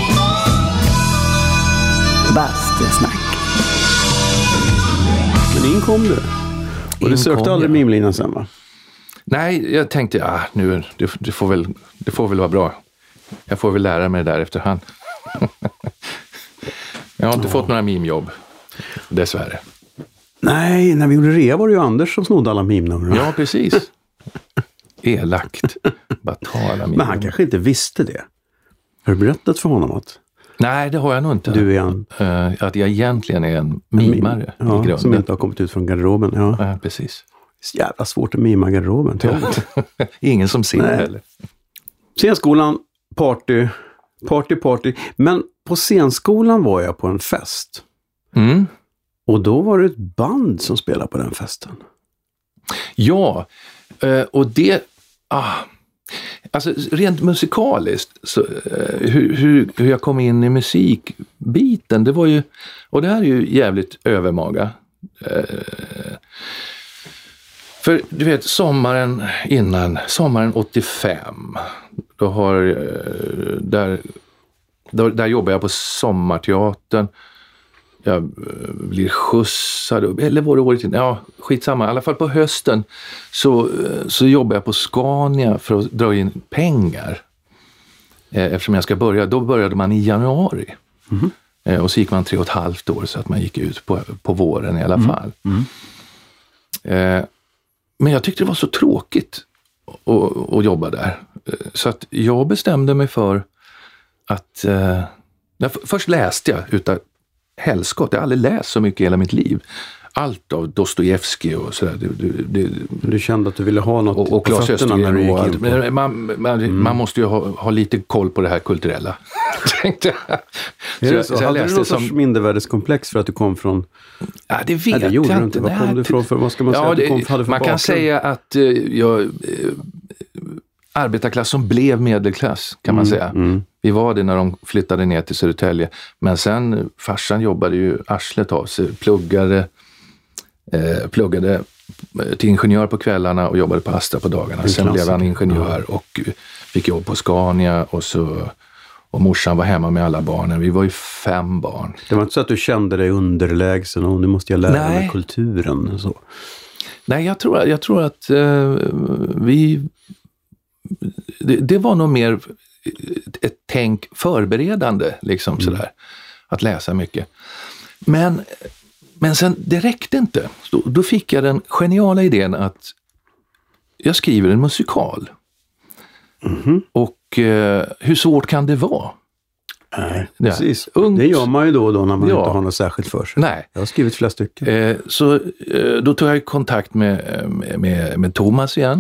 Bastusnack. Men in kom du. Och du sökte aldrig mimlinjen sen, va? Nej, jag tänkte, det får väl vara bra. Jag får väl lära mig det där efterhand. Jag har inte fått några mimjobb, dessvärre. Nej, när vi gjorde rea var det ju Anders som snodde alla mimnummer. Ja, precis. Elakt. Bara ta alla mimnummer. Men han kanske inte visste det. Har du berättat för honom att... Nej, det har jag nog inte. Du är att jag egentligen är en mimare i grunden. Som inte har kommit ut från garderoben. Ja, precis. Det är jävla svårt att mima garderoben. Ingen som ser det heller. Scenskolan, party. Men på scenskolan var jag på en fest. Mm. Och då var det ett band som spelade på den festen. Ja, och det... Alltså rent musikaliskt, så, hur jag kom in i musikbiten, det var ju... Och det här är ju jävligt övermaga. För du vet, sommaren 85, där jobbar jag på Sommarteatern. Jag blir skjutsad, eller var det året innan? Ja, skitsamma. I alla fall på hösten så jobbar jag på Scania för att dra in pengar. Eftersom jag ska börja, då började man i januari. Mm. Och så gick man 3,5 år så att man gick ut på våren i alla fall. Men jag tyckte det var så tråkigt att jobba där. Så att jag bestämde mig för att... först läste jag utav helskott. Jag har aldrig läst så mycket i hela mitt liv. Allt av Dostojevskij och sådär. Du kände att du ville ha något och på fötterna när du gick in på. Man måste ju ha lite koll på det här kulturella. Tänkte jag. Så hade du någon sorts mindervärdeskomplex för att du kom från... Ja, det vet jag inte. Var kom du ifrån? Vad ska man säga att du hade för man bakgrund? kan säga att jag... arbetarklass som blev medelklass, kan man säga. Vi var det när de flyttade ner till Södertälje. Men sen, farsan jobbade ju arslet av sig. Pluggade till ingenjör på kvällarna och jobbade på Astra på dagarna. Sen blev han ingenjör och fick jobb på Scania och morsan var hemma med alla barnen. Vi var ju 5 barn. Det var inte så att du kände dig underlägsen och nu måste jag lära mig kulturen och så? Nej, jag tror att det var nog mer ett tänk förberedande liksom sådär, att läsa mycket. Men sen, det räckte inte. Då fick jag den geniala idén att jag skriver en musikal. Och hur svårt kan det vara? Nej, precis. Det gör man ju då när man inte har något särskilt för sig. Nej. Jag har skrivit flera stycken. Så då tog jag kontakt med Thomas igen.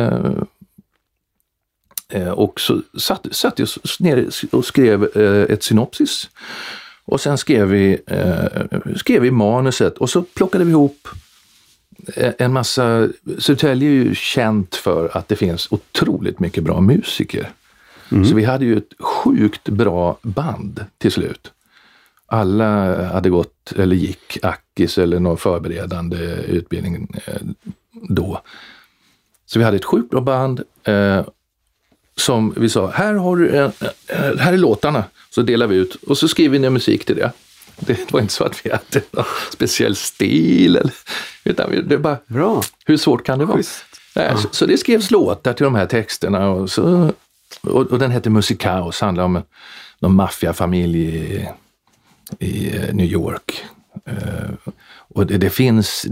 Och så satt jag ner och skrev ett synopsis. Och sen skrev vi manuset och så plockade vi ihop en massa... Södertälje är ju känt för att det finns otroligt mycket bra musiker. Så vi hade ju ett sjukt bra band till slut. Alla hade gått eller gick Akis eller någon förberedande utbildning då. Så vi hade ett sjukt bra band som vi sa, här är låtarna. Så delar vi ut och så skriver vi ner musik till det. Det var inte så att vi hade någon speciell stil. Utan det var bara, hur svårt kan det vara? Nej, så det skrevs låtar till de här texterna. Och den hette Musikaos, handlar om någon maffiafamilj i New York. Och det finns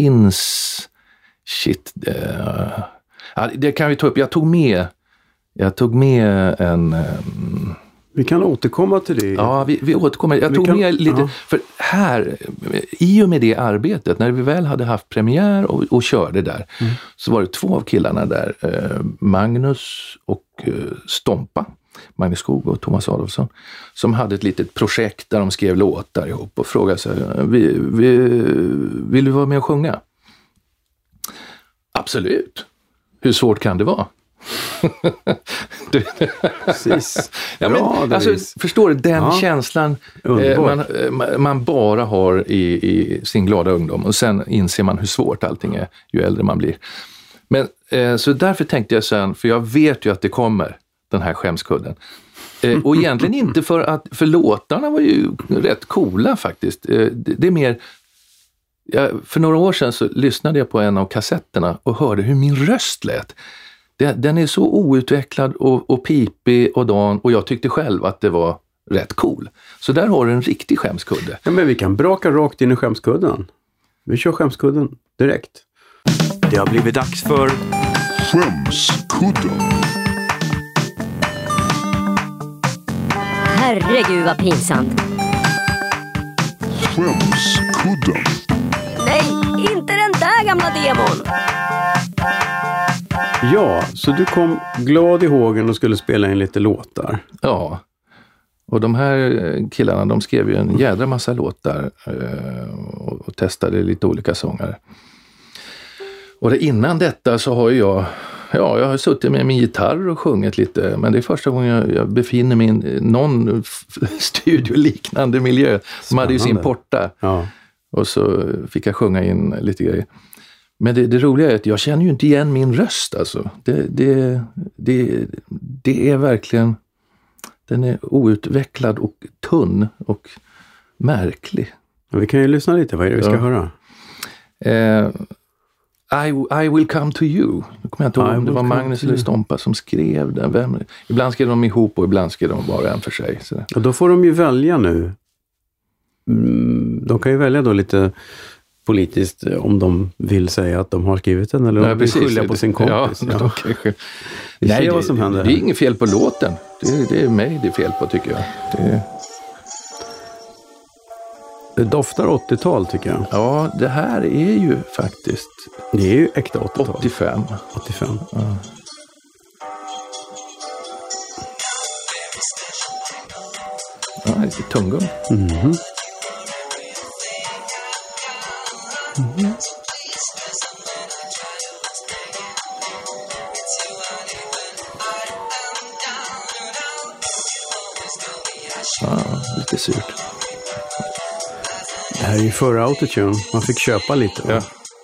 shit. Det kan vi ta upp. Jag tog med en... Vi kan återkomma till det. Ja, vi återkommer. Jag tog med lite... För här, i och med det arbetet, när vi väl hade haft premiär och körde där, så var det 2 av killarna där. Magnus och Stompa. Magnus Skog och Thomas Adolfsson. Som hade ett litet projekt där de skrev låtar ihop och frågade sig, vill du vara med och sjunga? Absolut. Hur svårt kan det vara? Precis. Ja, men, alltså, förstår du, den känslan man bara har i sin glada ungdom. Och sen inser man hur svårt allting är ju äldre man blir. Men så därför tänkte jag sen, för jag vet ju att det kommer, den här skämskudden. Och egentligen inte för låtarna var ju rätt coola faktiskt. Det är mer... för några år sedan så lyssnade jag på en av kassetterna och hörde hur min röst lät. Den är så outvecklad och pipig och dan, och jag tyckte själv att det var rätt cool. Så där har du en riktig skämskudde. Ja, men vi kan braka rakt in i skämskudden. Vi kör skämskudden direkt. Det har blivit dags för Skämskudden. Herregud vad pinsamt. Skämskudden. Nej, inte den där gamla demon. Ja, så du kom glad i hågen och skulle spela in lite låtar. Ja, och de här killarna, de skrev ju en jädra massa låtar och testade lite olika sånger. Och innan detta så har jag har suttit med min gitarr och sjungit lite, men det är första gången jag befinner mig i någon studioliknande miljö. De hade ju sin porta. Ja. Och så fick jag sjunga in lite grejer. Men det roliga är att jag känner ju inte igen min röst alltså. Det är verkligen, den är outvecklad och tunn och märklig. Ja, vi kan ju lyssna lite, vad är det vi ska höra? I will come to you. Jag kommer inte ihåg om det var Magnus eller Stompa som skrev den. Ibland skrev de ihop och ibland skrev de bara en för sig. Så. Och då får de ju välja nu. De kan ju välja då lite politiskt om de vill säga att de har skrivit den eller om de vill skylla på sin kompis. Ja. Okay. Nej, vad som händer. Det är inget fel på låten. Det är mig det är fel på, tycker jag. Det doftar 80-tal, tycker jag. Ja, det här är ju faktiskt... Det är ju äkta 80-tal. 85. Ja. Ja, lite tunggum. Ja, lite surt. Det här är ju förra autotune. Man fick köpa lite. Ja.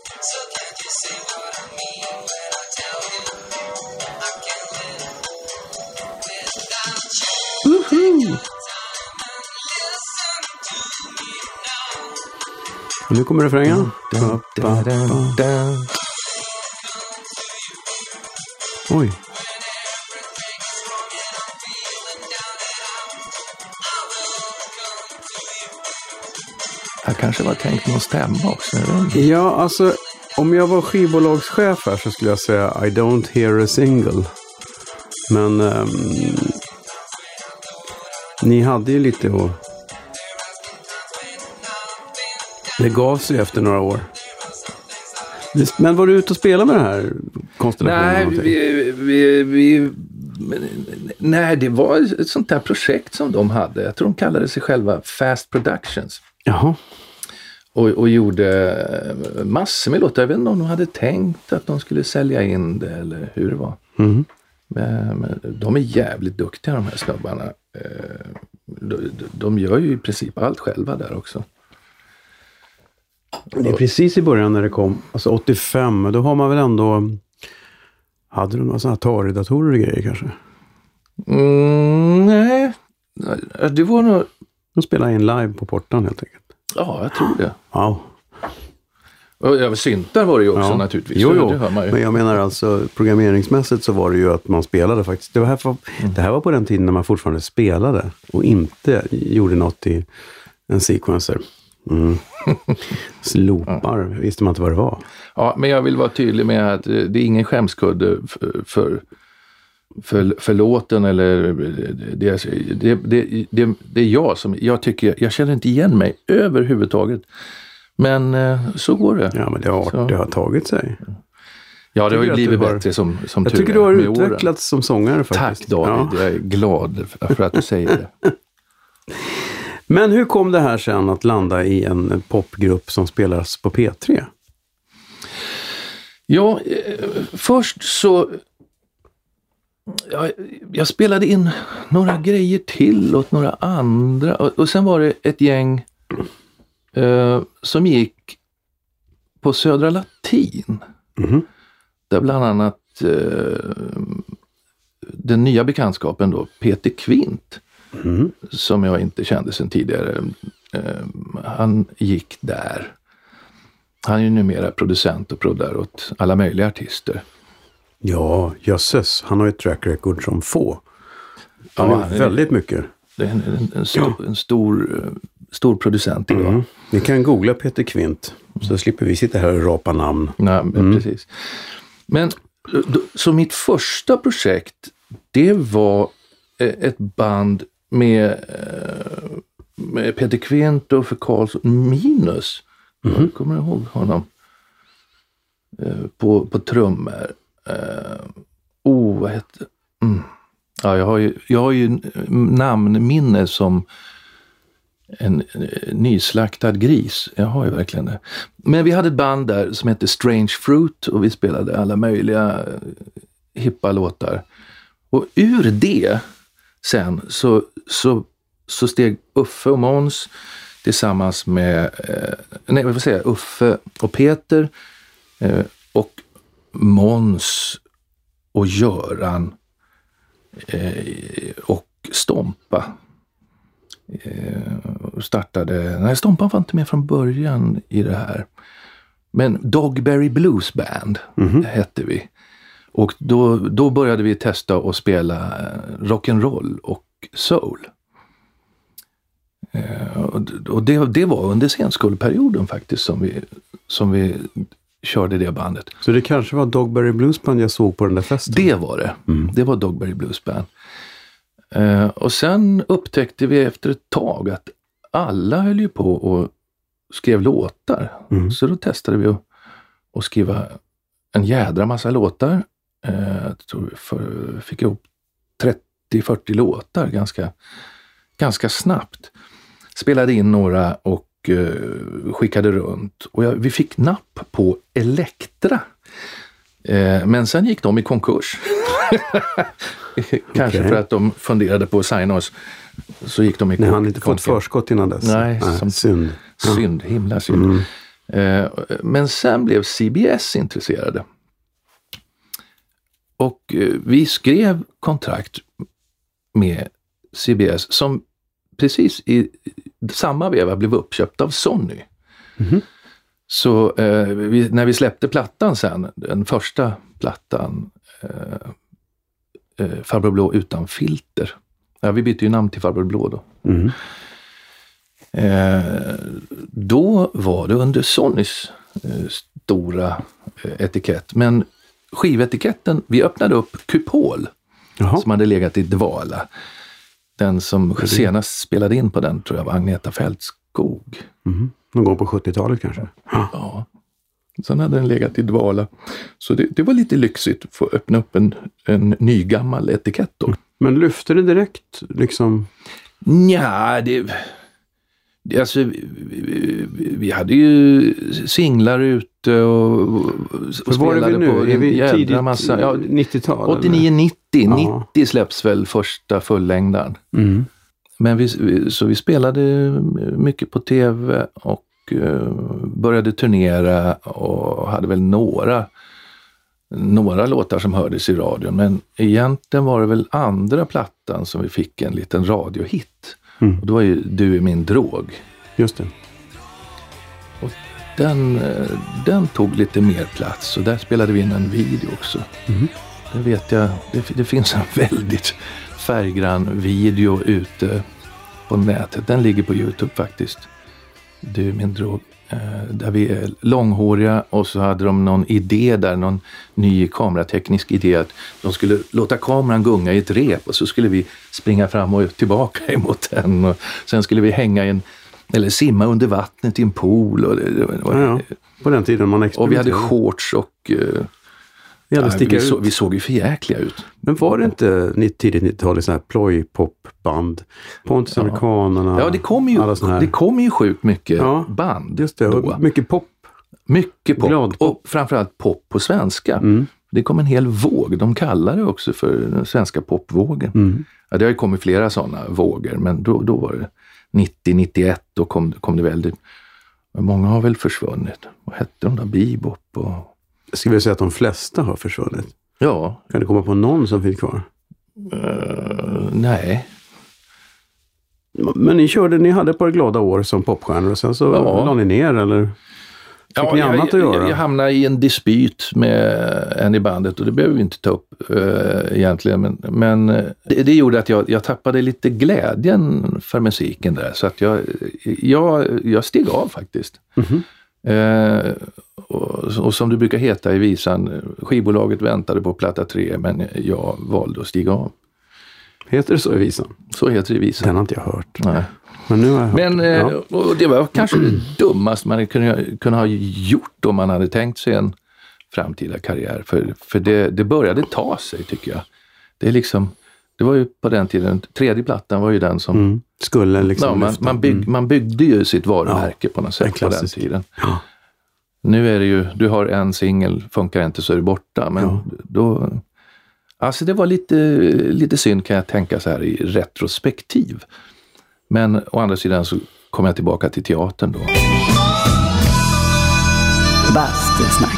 Och nu kommer refrängen. Oj. Jag kanske var tänkt någon stämma också. Ja, alltså om jag var skivbolagschef här så skulle jag säga I don't hear a single. Men ni hade ju lite och det gav sig efter några år. Men var du ute och spelade med det här konstellationen? Nej, det var ett sånt där projekt som de hade. Jag tror de kallade sig själva Fast Productions. Jaha. Och gjorde massor med låtar. Jag vet inte om de hade tänkt att de skulle sälja in det eller hur det var. Mm. Men de är jävligt duktiga, de här snubbarna. De gör ju i princip allt själva där också. Det är precis i början när det kom, alltså 85, då har man väl ändå, hade du några sådana Atari-datorer och grejer kanske? Nej, det var nog... De spelade in live på portan helt enkelt. Ja, jag tror det. Wow. Och syntar var det ju också naturligtvis. Jo. Det hör man ju. Men jag menar alltså, programmeringsmässigt så var det ju att man spelade faktiskt. Det här var på den tiden när man fortfarande spelade och inte gjorde något i en sequencer. Slopar, visste man inte vad det var. Ja, men jag vill vara tydlig med att det är ingen skämskudde för låten eller det är jag som jag tycker, jag känner inte igen mig överhuvudtaget. Men så går det. Ja, men det har tagit sig. Ja, det har ju blivit bättre som tur. Jag tycker du har utvecklats som sångare faktiskt. Tack David, jag är glad för att du säger det. Men hur kom det här sen att landa i en popgrupp som spelas på P3? Ja, först så jag spelade in några grejer till åt några andra. Och sen var det ett gäng som gick på Södra Latin. Mm. Där bland annat den nya bekantskapen då, Peter Kvint, som jag inte kände sedan tidigare. Han gick där. Han är ju numera producent och proddar åt alla möjliga artister. Ja, jösses. Han har ju ett track record som få. Han är väldigt mycket. Det är en stor producent idag. Ni kan googla Peter Kvint, så slipper vi sitta här och rapa namn. Nej, precis. Men så mitt första projekt, det var ett band med Peter Kvint och för Karlsson Minus. Jag kommer ihåg honom på trummor. Vad heter Ja, jag har ju namnminne som en nyslaktad gris. Jag har ju verkligen det. Men vi hade ett band där som hette Strange Fruit och vi spelade alla möjliga hippa låtar. Och ur det sen så steg Uffe och Måns tillsammans med Uffe och Peter och Måns och Göran och Stompa Stompa var inte med från början i det här, men Dogberry Blues Band hette vi, och då började vi testa att spela rock'n'roll och soul, och det var under scenskoleperioden faktiskt som vi körde det bandet. Så det kanske var Dogberry Blues Band jag såg på den där festen? Det var det. Det var Dogberry Blues Band. Och sen upptäckte vi efter ett tag att alla höll ju på och skrev låtar. Så då testade vi att skriva en jädra massa låtar. Jag tror vi fick ihop 30-40 låtar ganska snabbt. Spelade in några och skickade runt. Och vi fick napp på Elektra. Men sen gick de i konkurs. Kanske för att de funderade på att signa oss. Så gick de i konkurs. Ni hann inte fått förskott innan dess? Nej, synd. Himla synd. Men sen blev CBS intresserade. Och vi skrev kontrakt med CBS som precis i samma veva blev uppköpt av Sony. Så när vi släppte plattan sen, den första plattan, Farbror Blå utan filter. Ja, vi bytte ju namn till Farbror Blå då. Då var det under Sonys stora etikett. Men skivetiketten, vi öppnade upp Kupol som hade legat i dvala. Den som senast spelade in på den tror jag var Agneta Fältskog. Någon gång på 70-talet kanske? Ja. Sen hade den legat i dvala. Så det var lite lyxigt att få öppna upp en ny gammal etikett då. Men lyfte det direkt liksom? Nja, alltså, vi hade ju singlar ute och spelade på en jädra massa. Ja, 90-tal? 89-90. Ja. 90 släpps väl första fullängdan. Men vi spelade mycket på tv och började turnera och hade väl några låtar som hördes i radion. Men egentligen var det väl andra plattan som vi fick en liten radiohit. Och då var ju Du är min drog. Just det. Och den tog lite mer plats och där spelade vi in en video också. Det vet jag, det finns en väldigt färggrann video ute på nätet. Den ligger på YouTube faktiskt. Du är min drog. Där vi är långhåriga och så hade de någon idé där, någon ny kamerateknisk idé att de skulle låta kameran gunga i ett rep och så skulle vi springa fram och tillbaka emot den och sen skulle vi hänga eller simma under vattnet i en pool. Och på den tiden man experimenterade. Och vi hade shorts och vi såg ju förjäkliga ut. Men var det inte tidigt 90-tal sådana här plojpopband? Pontus Amerikanerna? Ja, det kom ju sjukt mycket band. Just det, och mycket pop. Mycket pop. Och framförallt pop på svenska. Det kom en hel våg. De kallar det också för den svenska popvågen. Ja, det har ju kommit flera sådana vågor, men då var det 90-91, då kom det väldigt. Många har väl försvunnit. Vad hette de där? Bebop och... Ska vi säga att de flesta har försvunnit? Ja. Kan det komma på någon som finns kvar? Nej. Men ni hade ett par glada år som popstjärnor och sen så la ni ner, eller fick ni annat att göra? Jag hamnade i en dispyt med en i bandet, och det behöver vi inte ta upp egentligen. Men det gjorde att jag tappade lite glädjen för musiken där. Så att jag steg av faktiskt. Och som det brukar heta i visan, skivbolaget väntade på platta 3, men jag valde att stiga av. Heter det så i visan? Så heter det i visan. Den har inte jag hört. Nej. Men nu har jag hört. Och det var kanske det dummaste man kunde ha gjort om man hade tänkt sig en framtida karriär. För det började ta sig, tycker jag. Det är liksom, det var ju på den tiden, tredje plattan var ju den som... Skulle liksom man byggde ju sitt varumärke på något sätt på den tiden. Ja. Nu är det ju, du har en singel, funkar inte så är det borta. Men då... Alltså det var lite synd, kan jag tänka så här i retrospektiv. Men å andra sidan så kom jag tillbaka till teatern då. Bastusnack.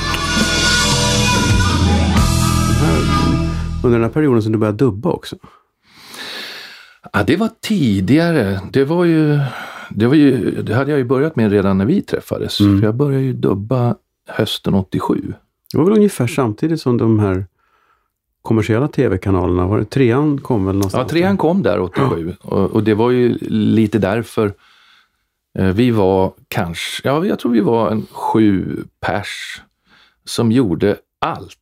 Under den här perioden som du började dubba också? Ja, det var tidigare. Det hade jag ju börjat med redan när vi träffades. För jag började ju dubba hösten 87. Det var väl ungefär samtidigt som de här kommersiella tv-kanalerna. Var det 3:an kom väl någonstans? Ja, 3:an kom där 87. Och det var ju lite därför vi var kanske, jag tror vi var en 7 pers som gjorde allt.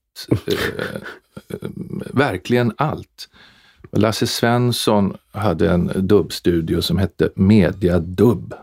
Verkligen allt. Lasse Svensson hade en dubbstudio som hette Media Dubb.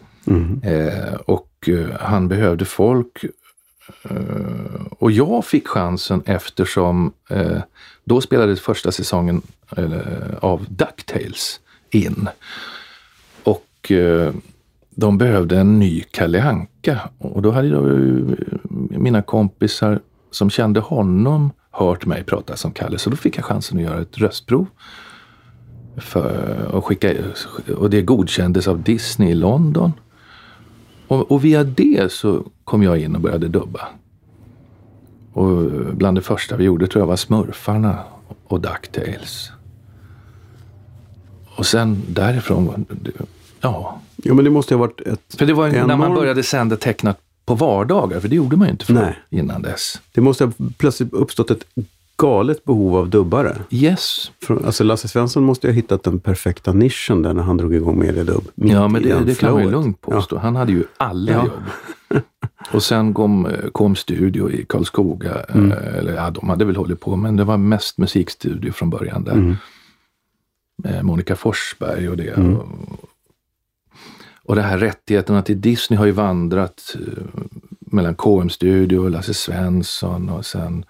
Och han behövde folk. Och jag fick chansen eftersom då spelades första säsongen av DuckTales in. Och de behövde en ny Kalle Anka. Och då hade mina kompisar som kände honom hört mig prata som Kalle. Så då fick jag chansen att göra ett röstprov. Och det godkändes av Disney i London. Och via det så kom jag in och började dubba. Och bland det första vi gjorde tror jag var Smurfarna och DuckTales. Och sen därifrån, ja. Ja, men det måste ha varit ett... För det var när man började sända tecknat på vardagar, för det gjorde man ju inte innan dess. Det måste ha plötsligt uppstått ett galet behov av dubbare. Yes. Alltså Lasse Svensson måste ju ha hittat den perfekta nischen där när han drog igång med dubb. Ja, men det kan man ju lugnt påstå. Ja. Han hade ju alla jobb. Och sen kom studio i Karlskoga. Eller de hade väl hållit på, men det var mest musikstudio från början där. Monica Forsberg och det. Och det här rättigheterna till Disney har ju vandrat mellan KM-studio och Lasse Svensson och sen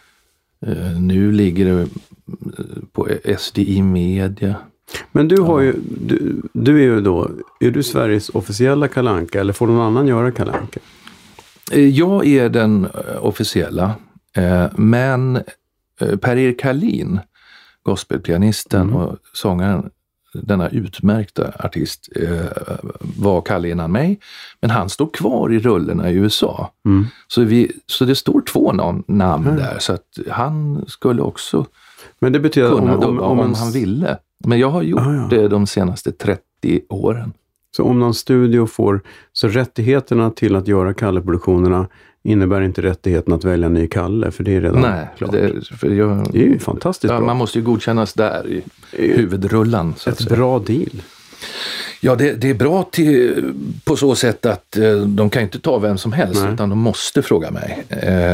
nu ligger det på SDI Media. Men du har ju, du är ju då, är du Sveriges officiella Kalle Anka eller får någon annan göra Kalle Anka? Jag är den officiella, men Per-Erik Karlin, gospelpianisten och sångaren, denna utmärkta artist, var Kalle innan mig, men han står kvar i rullerna i USA. Så det står 2 namn där, så att han skulle också men det betyder kunna dubba om han ville. Men jag har gjort det de senaste 30 åren. Så om någon studio får, så rättigheterna till att göra Kalle-produktionerna innebär inte rättigheten att välja en ny Kalle, för det är redan klart. Det är ju fantastiskt bra. Man måste ju godkännas där i huvudrullan. Så ett bra deal. Ja, det är bra på så sätt att de kan inte ta vem som helst, utan de måste fråga mig.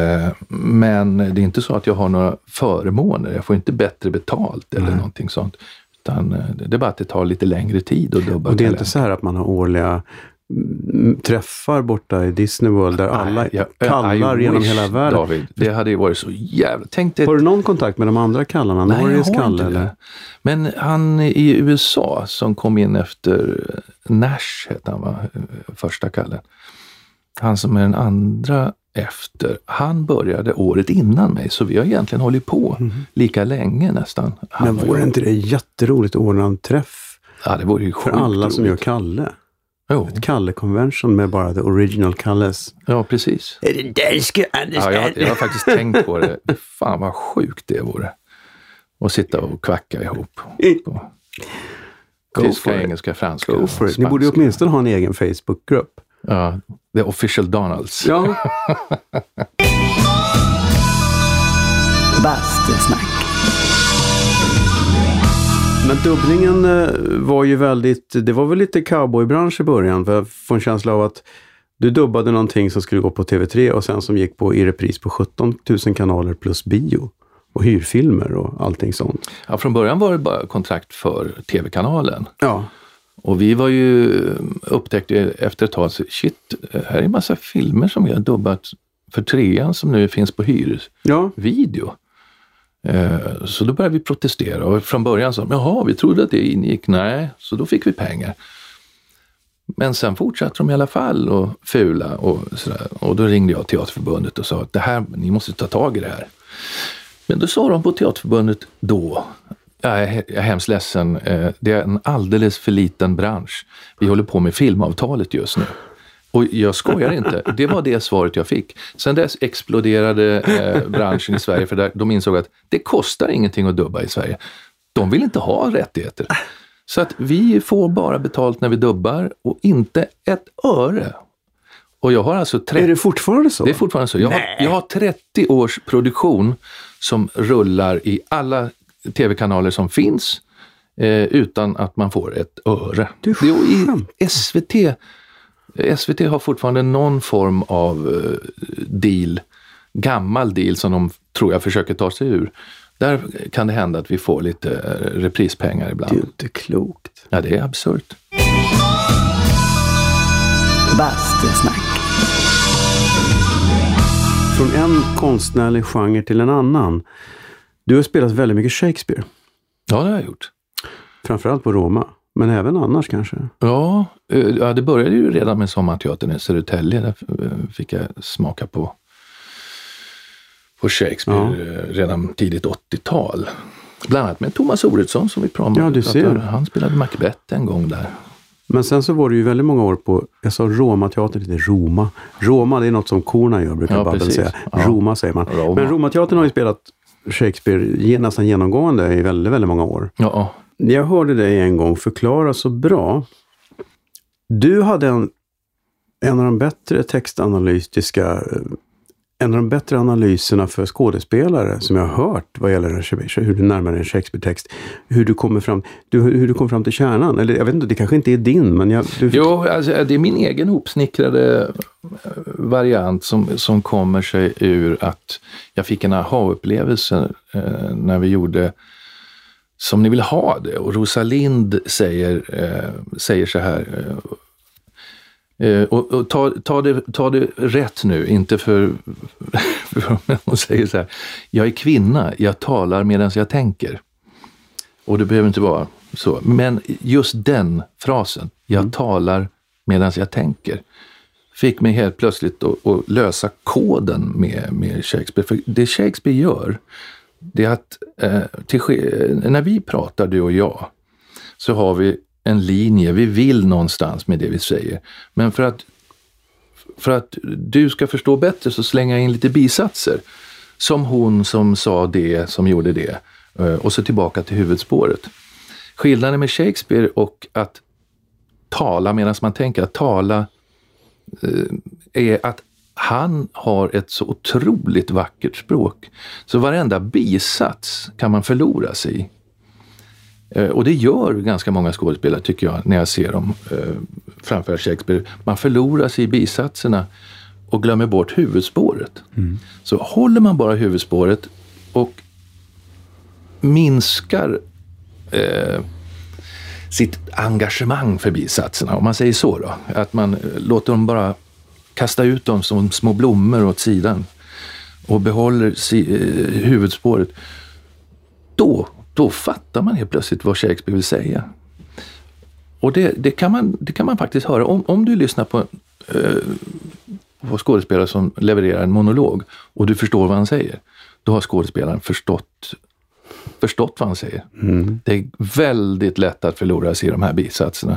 Men det är inte så att jag har några förmåner. Jag får inte bättre betalt eller någonting sånt. Utan det är bara att det tar lite längre tid att dubba. Och det är inte så här att man har årliga träffar borta i Disney World där alla kallar genom hela världen. David, det hade ju varit så jävla... Har du någon kontakt med de andra kallarna? Nej, jag har inte eller? Det. Men han i USA som kom in efter Nash, hette han, va? Första Kallen. han som är den andra efter, han började året innan mig, så vi har egentligen hållit på lika länge nästan. Men vore inte det jätteroligt att ordna en träff? Ja, det vore ju för alla som gör Kalle. Ett Kalle-convention med bara the original Kalles. Ja, precis. Är det danska Anders? Ja, jag har faktiskt tänkt på det. Fan vad sjukt det vore. Att sitta och kvacka ihop. Tyska, engelska, franska. Ni borde ju åtminstone ha en egen Facebook-grupp. Ja, The Official Donalds. Ja. Bastusnack. Men dubbningen var ju det var väl lite cowboybransch i början, för jag får en känsla av att du dubbade någonting som skulle gå på TV3 och sen som gick på i repris på 17 000 kanaler plus bio och hyrfilmer och allting sånt. Ja, från början var det bara kontrakt för TV-kanalen. Ja. Och vi var ju upptäckte efter ett tag, shit, här är en massa filmer som vi har dubbat för 3:an som nu finns på video. Så då började vi protestera och från början sa jaha, vi trodde att det ingick. Nej, så då fick vi pengar. Men sen fortsatte de i alla fall och fula och sådär. Och då ringde jag Teaterförbundet och sa att det här, ni måste ta tag i det här. Men då sa de på Teaterförbundet då, jag är hemskt ledsen, det är en alldeles för liten bransch. Vi håller på med filmavtalet just nu. Och jag skojar inte, det var det svaret jag fick. Sen dess exploderade branschen i Sverige, för de insåg att det kostar ingenting att dubba i Sverige. De vill inte ha rättigheter. Så att vi får bara betalt när vi dubbar och inte ett öre. Och jag har alltså 30... Är det fortfarande så? Det är fortfarande så. Jag har 30 års produktion som rullar i alla tv-kanaler som finns utan att man får ett öre. Det är i SVT har fortfarande någon form av deal, gammal deal som de tror jag försöker ta sig ur. Där kan det hända att vi får lite reprispengar ibland. Det är inte klokt. Ja, det är absurt. Bastusnack. Från en konstnärlig genre till en annan. Du har spelat väldigt mycket Shakespeare. Ja, det har jag gjort. Framförallt på Roma. Men även annars kanske? Ja, det började ju redan med Sommarteatern i Södertälje. Där fick jag smaka på Shakespeare redan tidigt 80-tal. Bland annat med Thomas Oredsson som vi pratade om. Ja, du ser. Han spelade Macbeth en gång där. Men sen så var det ju väldigt många år på, jag sa Roma-teatern, inte Roma. Roma, det är något som korna gör, brukar Babben säga. Ja. Roma säger man. Roma. Men Roma-teatern har ju spelat Shakespeare nästan genomgående i väldigt, väldigt många år. Ja. Jag hörde dig en gång förklara så bra. Du hade en av de bättre textanalytiska, en av de bättre analyserna för skådespelare som jag har hört vad gäller hur du närmar dig en Shakespeare-text. Hur du kommer fram till kärnan. Eller jag vet inte, det kanske inte är din, men Jo, alltså, det är min egen hopsnickrade variant som kommer sig ur att jag fick en aha-upplevelse när vi gjorde Som ni vill ha det. Och Rosalind säger så här. Och ta det rätt nu, inte för hon säger så här: jag är kvinna, jag talar medan jag tänker. Och det behöver inte vara så. Men just den frasen, jag talar medan jag tänker, fick mig helt plötsligt att lösa koden med Shakespeare. För det Shakespeare gör, det är att när vi pratar, du och jag, så har vi en linje, vi vill någonstans med det vi säger. Men för att du ska förstå bättre så slänger jag in lite bisatser. Som hon som sa det, som gjorde det. Och så tillbaka till huvudspåret. Skillnaden med Shakespeare och att tala medan man tänker, att tala är att han har ett så otroligt vackert språk. Så varenda bisats kan man förlora sig i. Och det gör ganska många skådespelare, tycker jag, när jag ser dem framför Shakespeare. Man förlorar sig i bisatserna och glömmer bort huvudspåret. Så håller man bara huvudspåret och minskar sitt engagemang för bisatserna, om man säger så då, att man låter dem bara kasta ut dem som små blommor åt sidan och behåller huvudspåret, då fattar man helt plötsligt vad Shakespeare vill säga. Och det kan man faktiskt höra. Om du lyssnar på på skådespelare som levererar en monolog och du förstår vad han säger, då har skådespelaren förstått vad han säger. Det är väldigt lätt att förlora sig i de här bisatserna.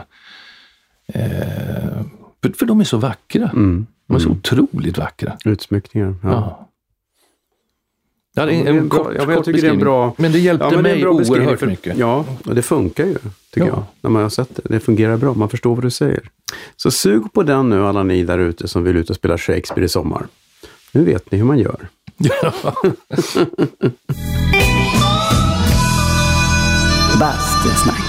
För de är så vackra. De är så otroligt vackra. Utsmyckningar. Ja. Ja, det är en kort tycker det är en bra... Men det hjälpte mig oerhört mycket. Ja, och det funkar ju, tycker jag. När man har sett det. Det fungerar bra, man förstår vad du säger. Så sug på den nu, alla ni där ute som vill ut och spela Shakespeare i sommar. Nu vet ni hur man gör. Ja. Bastusnack.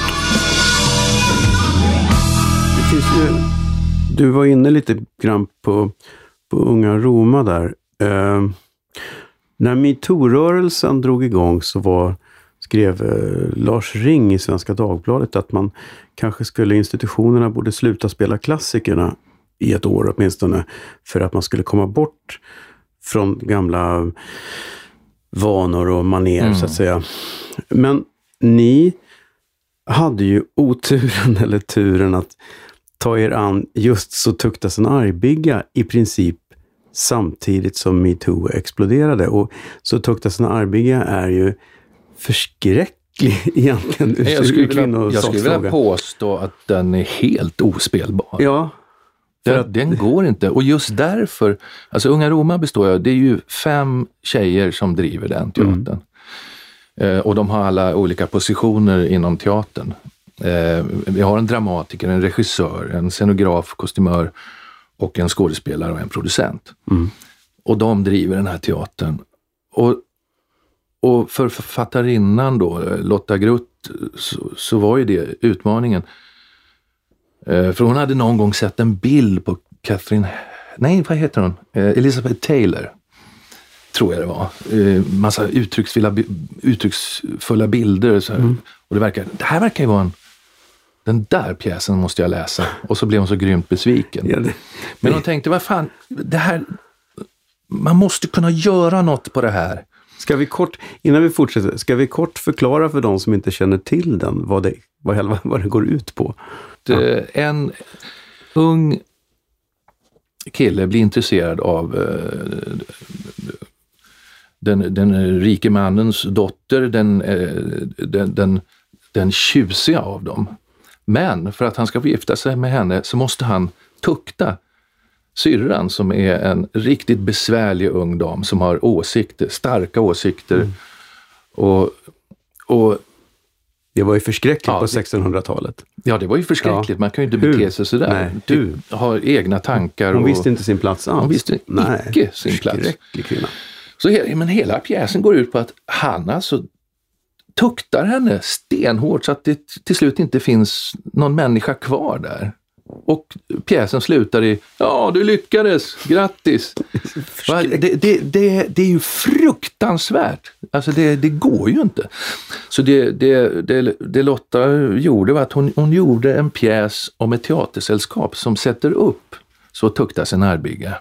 Det finns ju... Du var inne lite grann på Unga Roma där. När MeToo-rörelsen drog igång så skrev Lars Ring i Svenska Dagbladet att man kanske institutionerna borde sluta spela klassikerna i ett år åtminstone, för att man skulle komma bort från gamla vanor och manér så att säga. Men ni hade ju oturen eller turen att ta er an just Så tuktas en Argbigga i princip samtidigt som MeToo exploderade. Och Så tuktas en Argbigga är ju förskräcklig egentligen. Jag skulle vilja påstå att den är helt ospelbar. Ja. Den går inte. Och just därför, alltså Unga Roma det är ju 5 tjejer som driver den teatern. Och de har alla olika positioner inom teatern. Vi har en dramatiker, en regissör, en scenograf, kostymör och en skådespelare och en producent. Och de driver den här teatern. Och för författarinnan då, Lotta Grutt, så var ju det utmaningen. För hon hade någon gång sett en bild på vad heter hon? Elizabeth Taylor, tror jag det var. Massa uttrycksfulla bilder. Så här. Och det här verkar ju vara den där pjäsen måste jag läsa. Och så blev hon så grymt besviken. Men hon tänkte, vad fan, det här, man måste kunna göra något på det här. Innan vi fortsätter, ska vi kort förklara för de som inte känner till den vad det går ut på? En ung kille blir intresserad av den rike mannens dotter, den tjusiga av dem. Men för att han ska få gifta sig med henne så måste han tukta syrran, som är en riktigt besvärlig ung dam som har åsikter, starka åsikter. Och det var ju förskräckligt på 1600-talet. Ja, det var ju förskräckligt. Man kan ju inte bete sig sådär. Nej, du har egna tankar. Hon visste inte sin plats alls. Hon visste icke sin plats. Förskräcklig kvinna. Men hela pjäsen går ut på att han alltså tuktar henne stenhårt så att det till slut inte finns någon människa kvar där. Och pjäsen slutar i, ja, du lyckades, grattis. Det är ju fruktansvärt. Alltså det går ju inte. Så det Lotta gjorde var att hon gjorde en pjäs om ett teatersällskap som sätter upp Så tuktas en Argbigga.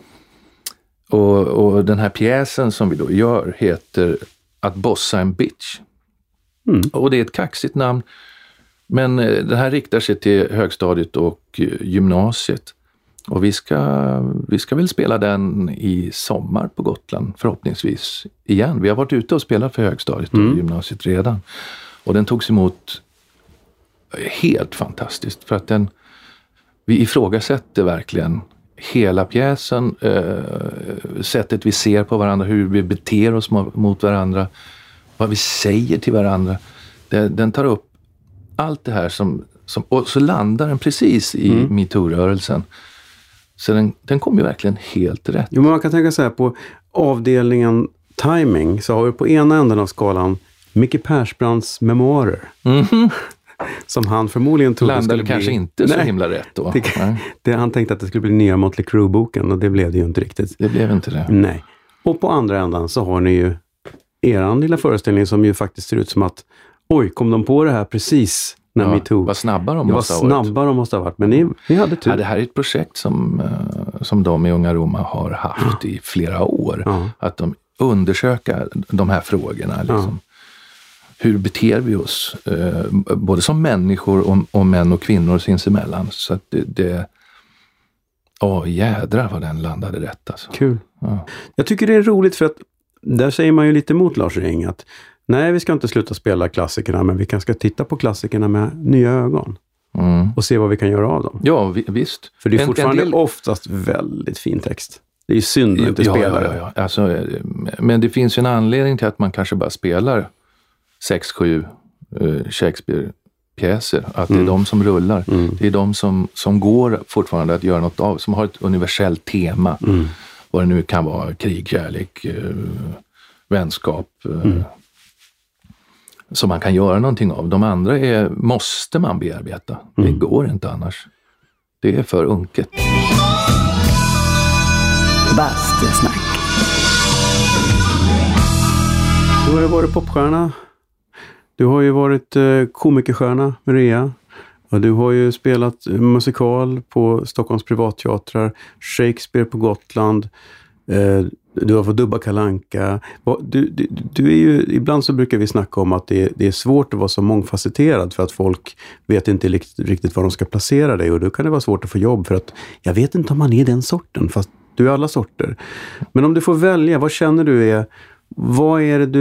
Och den här pjäsen som vi då gör heter Att bossa en bitch. Och det är ett kaxigt namn. Men den här riktar sig till högstadiet och gymnasiet. Och vi ska väl spela den i sommar på Gotland, förhoppningsvis igen. Vi har varit ute och spelat för högstadiet och gymnasiet redan. Och den togs emot helt fantastiskt. För att vi ifrågasätter verkligen hela pjäsen, sättet vi ser på varandra, hur vi beter oss mot varandra, vad vi säger till varandra. Den tar upp allt det här och så landar den precis i MeToo-rörelsen. Så den kom ju verkligen helt rätt. Jo, men man kan tänka så här, på avdelningen timing så har vi på ena änden av skalan Micke Persbrandts memoarer. Som han förmodligen trodde landade skulle kanske bli... inte så himla rätt då. Han tänkte att det skulle bli nya Motley Crue-boken och det blev det ju inte riktigt. Det blev inte det. Nej. Och på andra änden så har ni ju eran lilla föreställning som ju faktiskt ser ut som att oj, kom de på det här precis när MeToo. Vad snabba de måste ha varit. Men ni hade tur. Ja, det här är ett projekt som de i Unga Roma har haft i flera år. Att de undersöker de här frågorna. Liksom. Hur beter vi oss? Både som människor och män och kvinnor sinsemellan. Så att Jädrar vad den landade rätt alltså. Kul. Ja. Jag tycker det är roligt för att där säger man ju lite mot Lars Ring att nej, vi ska inte sluta spela klassikerna, men vi kanske ska titta på klassikerna med nya ögon. Och se vad vi kan göra av dem. Ja, visst. För det är fortfarande oftast väldigt fin text. Det är ju synd att inte spela det. Ja. Alltså, men det finns ju en anledning till att man kanske bara spelar 6-7 Shakespeare-pjäser. Att det är de som rullar. Det är de som går fortfarande att göra något av. Som har ett universellt tema. Vad det nu kan vara. Krig, kärlek, vänskap. Som man kan göra någonting av. De andra måste man bearbeta. Det går inte annars. Det är för unket. Bastusnack. Du har ju varit popstjärna. Du har ju varit komikerstjärna med Rea. Och du har ju spelat musikal på Stockholms privatteatrar. Shakespeare på Gotland. Du har fått dubba Kalle Anka. Du är ju, ibland så brukar vi snacka om att det är svårt att vara så mångfacetterad för att folk vet inte riktigt var de ska placera dig. Och då kan det vara svårt att få jobb för att jag vet inte om man är den sorten, fast du är alla sorter. Men om du får välja, vad känner du var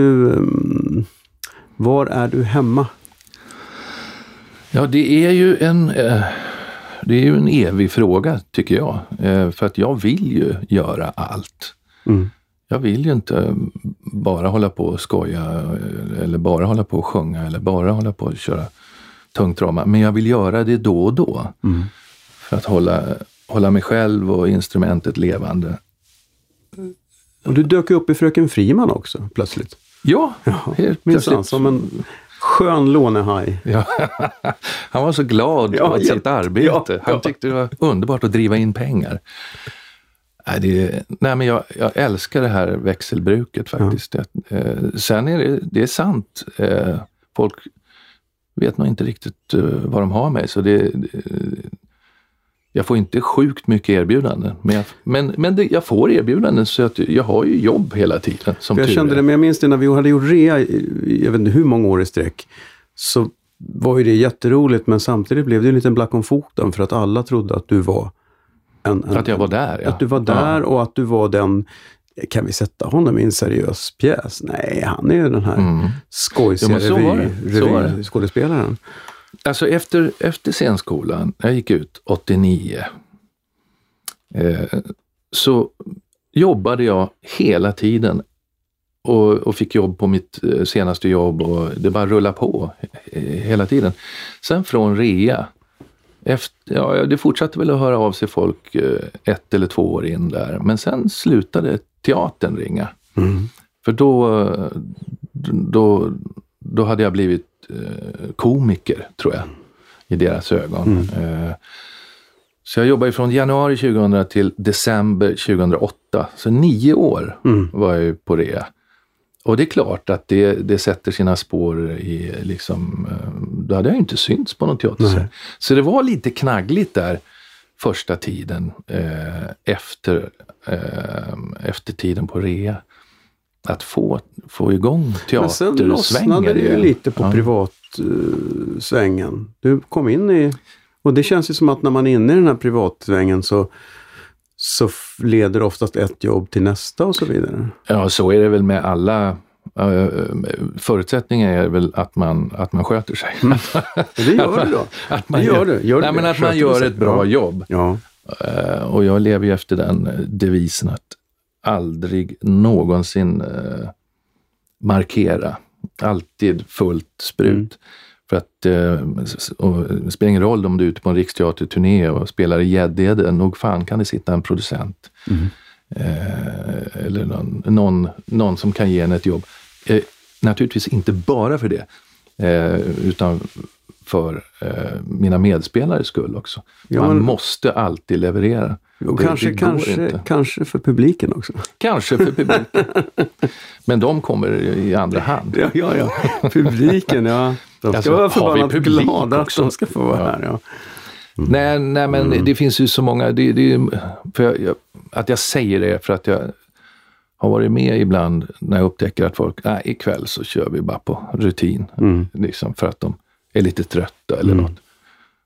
är du hemma? Ja, det är ju en evig fråga tycker jag. För att jag vill ju göra allt. Jag vill ju inte bara hålla på och skoja eller bara hålla på och sjunga eller bara hålla på och köra tungt drama. Men jag vill göra det då och då. För att hålla mig själv och instrumentet levande. Och du dök upp i Fröken Friman också, plötsligt. Ja, helt plötsligt. Som en skön lånehaj. Ja. Han var så glad åt sitt arbete. Han tyckte det var underbart att driva in pengar. Nej, men jag älskar det här växelbruket faktiskt. Sen är det sant. Folk vet nog inte riktigt vad de har med. Så jag får inte sjukt mycket erbjudanden. Men jag får erbjudanden så att jag har ju jobb hela tiden. Jag kände det, men jag minns det när vi hade gjort Rea, jag vet inte hur många år i sträck. Så var ju det jätteroligt, men samtidigt blev det en liten black om foten för att alla trodde att du var att jag var där, ja. Att du var där och att du var den, kan vi sätta honom i en seriös pjäs? Nej, han är ju den här skojsiga revy-skådespelaren. Alltså efter scenskolan, jag gick ut 89, så jobbade jag hela tiden och fick jobb på mitt senaste jobb och det bara rullade på hela tiden. Sen från Rea, det fortsatte väl att höra av sig folk 1 eller 2 år in där. Men sen slutade teatern ringa. För då hade jag blivit komiker, tror jag, i deras ögon. Så jag jobbade från januari 2000 till december 2008. Så 9 år var jag ju på Rea. Och det är klart att det sätter sina spår i liksom, då hade jag ju inte synts på någon teater. Så det var lite knaggligt där första tiden efter tiden på Rea. Att få igång teatersvängen. Men sen lossnade det ju lite på privatsvängen. Du kom in i, och det känns ju som att när man är inne i den här privatsvängen så leder oftast ett jobb till nästa och så vidare. Ja, så är det väl med alla. Förutsättningen är väl att man sköter sig. Det gör du då. Att man gör ett bra jobb. Ja. Och jag lever ju efter den devisen att aldrig någonsin markera. Alltid fullt sprut. För att det spelar ingen roll om du är ute på en riksteaterturné och spelar i Gäddede. Nog fan kan det sitta en producent. Eller någon som kan ge en ett jobb. Naturligtvis inte bara för det. Utan för mina medspelares skull också. Man måste alltid leverera. Och kanske för publiken också. Kanske för publiken. Men de kommer i andra hand. Ja. Publiken, De ska vara förbannat glada att de ska få vara här, ja. Nej, men det finns ju så många. Att jag säger det för att jag har varit med ibland när jag upptäcker att folk, ikväll så kör vi bara på rutin. Liksom för att de är lite trötta eller något.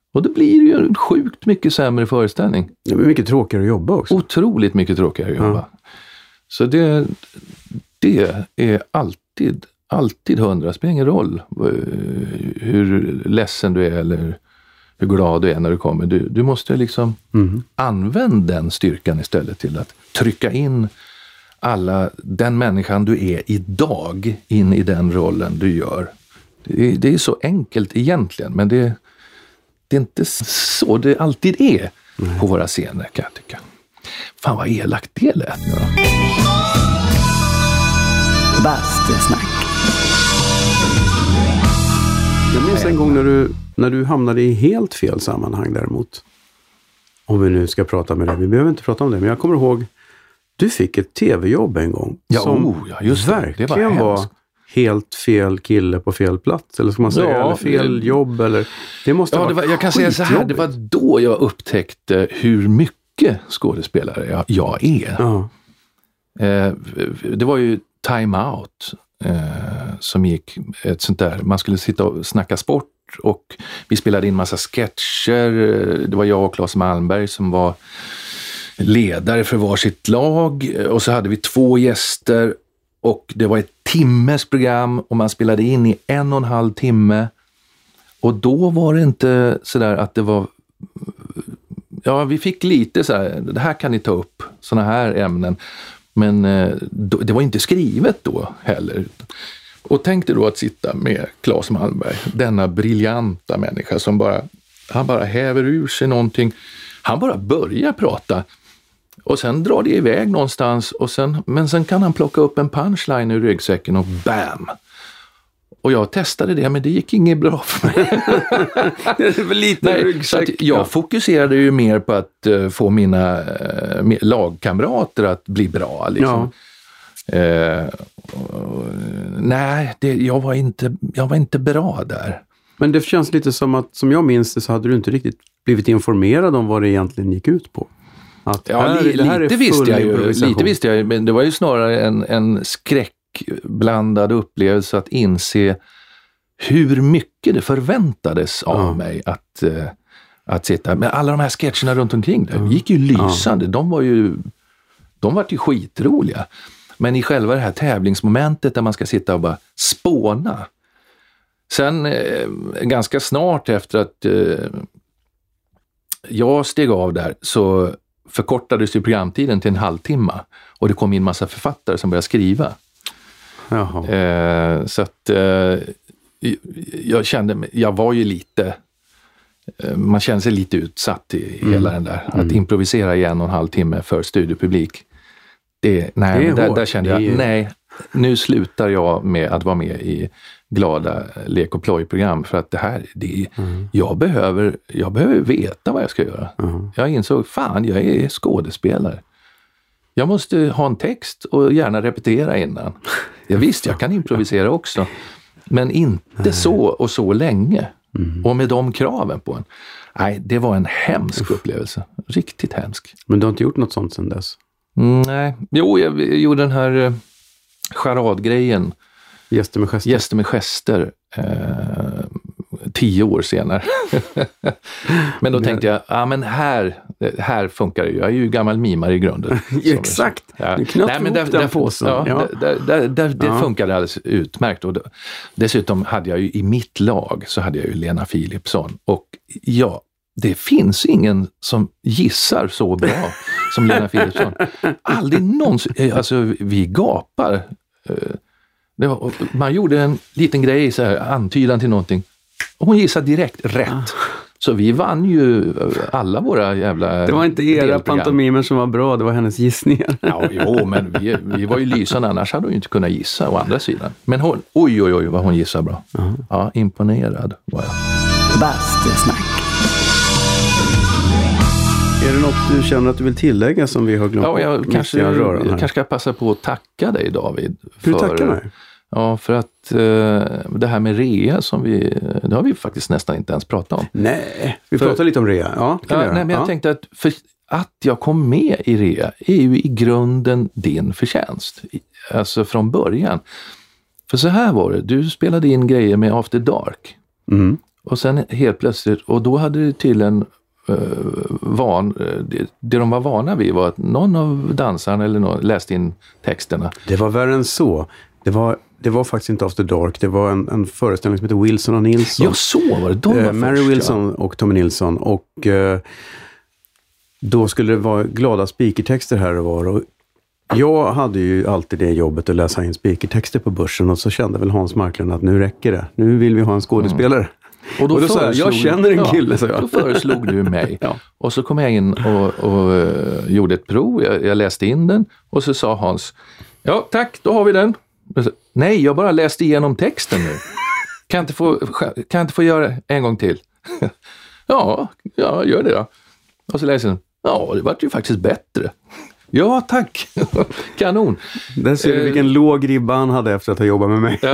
Och det blir ju en sjukt mycket sämre föreställning. Det blir mycket tråkigare att jobba också. Otroligt mycket tråkigare att jobba. Så det är alltid 100. Spelar ingen roll hur ledsen du är eller hur glad du är när du kommer. Du måste liksom använda den styrkan istället till att trycka in den människan du är idag in i den rollen du gör. Det är så enkelt egentligen, men det är inte så det alltid är på våra scener, kan jag tycka. Fan vad elakt det lät nu då. Bastusnack. Jag minns en gång när du hamnade i helt fel sammanhang däremot. Om vi nu ska prata med dig. Vi behöver inte prata om det, men jag kommer ihåg du fick ett tv-jobb en gång. Just det. Verkligen var helt fel kille på fel plats. Eller ska man säga, eller fel jobb. Eller, det måste vara jag kan säga så här, det var då jag upptäckte hur mycket skådespelare jag är. Ja. Det var ju Time Out som gick ett sånt där, man skulle sitta och snacka sport och vi spelade in massa sketcher. Det var jag och Claes Malmberg som var ledare för varsitt lag och så hade vi 2 gäster och det var ett timmes program och man spelade in i 1,5 timme och då var det inte sådär att det var vi fick lite sådär, det här kan ni ta upp, såna här ämnen. Men det var inte skrivet då heller. Och tänkte då att sitta med Claes Malmberg, denna briljanta människa som han bara häver ur sig någonting. Han bara börjar prata och sen drar det iväg någonstans men sen kan han plocka upp en punchline ur ryggsäcken och bam! Och jag testade det, men det gick inget bra för mig. Det var lite ryggsäck. Jag fokuserade ju mer på att få mina lagkamrater att bli bra. Liksom. Ja. Jag var inte bra där. Men det känns lite som att, som jag minns det, så hade du inte riktigt blivit informerad om vad det egentligen gick ut på. Att lite visste jag ju, men det var ju snarare en skräckblandad upplevelse att inse hur mycket det förväntades av mig att sitta. Men alla de här sketcherna runt omkring det gick ju lysande. De var ju skitroliga. Men i själva det här tävlingsmomentet där man ska sitta och bara spåna. Sen ganska snart efter att jag steg av där så förkortades ju programtiden till 1,5 timme. Och det kom in massa författare som började skriva. Så att jag kände, jag var ju lite, man kände sig lite utsatt i hela den där. Att improvisera i 1,5 timme för studiopublik. Där kände jag, nu slutar jag med att vara med i glada lek- och plojprogram för att det här, jag behöver veta vad jag ska göra. Jag insåg, jag är skådespelare. Jag måste ha en text och gärna repetera innan. Jag kan improvisera också. Men inte så länge. Och med de kraven på en. Nej, det var en hemsk upplevelse. Riktigt hemsk. Men du har inte gjort något sånt sedan dess? Nej. Jo, jag gjorde den här charadgrejen. Gäster med gester. 10 år senare. Men då tänkte jag, men här funkar det ju. Jag är ju gammal mimare i grunden. Exakt. Det funkade alldeles utmärkt. Och dessutom hade jag ju i mitt lag så hade jag ju Lena Philipsson. Och det finns ingen som gissar så bra som Lena Philipsson. Aldrig någonsin. Alltså, vi gapar. Man gjorde en liten grej, så här, antydan till någonting. Och hon gissade direkt rätt. Så vi vann ju alla våra jävla... Det var inte era pantomimer som var bra, det var hennes gissningar. Men vi var ju lysande, annars hade hon ju inte kunnat gissa å andra sidan. Men hon, oj vad hon gissade bra. Ja, imponerad var jag. Bastusnack. Är det något du känner att du vill tillägga som vi har glömt? Jag kanske ska passa på att tacka dig, David. Hur tackar mig? Ja, för att det här med rea det har vi faktiskt nästan inte ens pratat om. Nej, vi pratar lite om rea. Jag tänkte att jag kom med i rea är ju i grunden din förtjänst. Alltså från början. För så här var det, du spelade in grejer med After Dark. Och sen helt plötsligt, och då hade det tydligen det de var vana vid var att någon av dansarna eller någon läste in texterna. Det var värre än så. Det var faktiskt inte After Dark. Det var en föreställning som heter Wilson och Nilsson. Ja, så var det. De var Mary först, Wilson och Tommy Nilsson. Och då skulle det vara glada speakertexter här och var. Och jag hade ju alltid det jobbet att läsa in speakertexter på börsen. Och så kände väl Hans Marklund att nu räcker det. Nu vill vi ha en skådespelare. Och då sa jag känner en kille. Så jag. Då föreslog du mig. Ja. Och så kom jag in och gjorde ett prov. Jag läste in den. Och så sa Hans, ja tack, då har vi den. Nej, jag bara läste igenom texten nu. Kan inte få göra en gång till? Ja, gör det då. Och så läser den. Ja, det var ju faktiskt bättre. Ja, tack. Kanon. Där ser du vilken låg ribba han hade efter att ha jobbat med mig. Ja.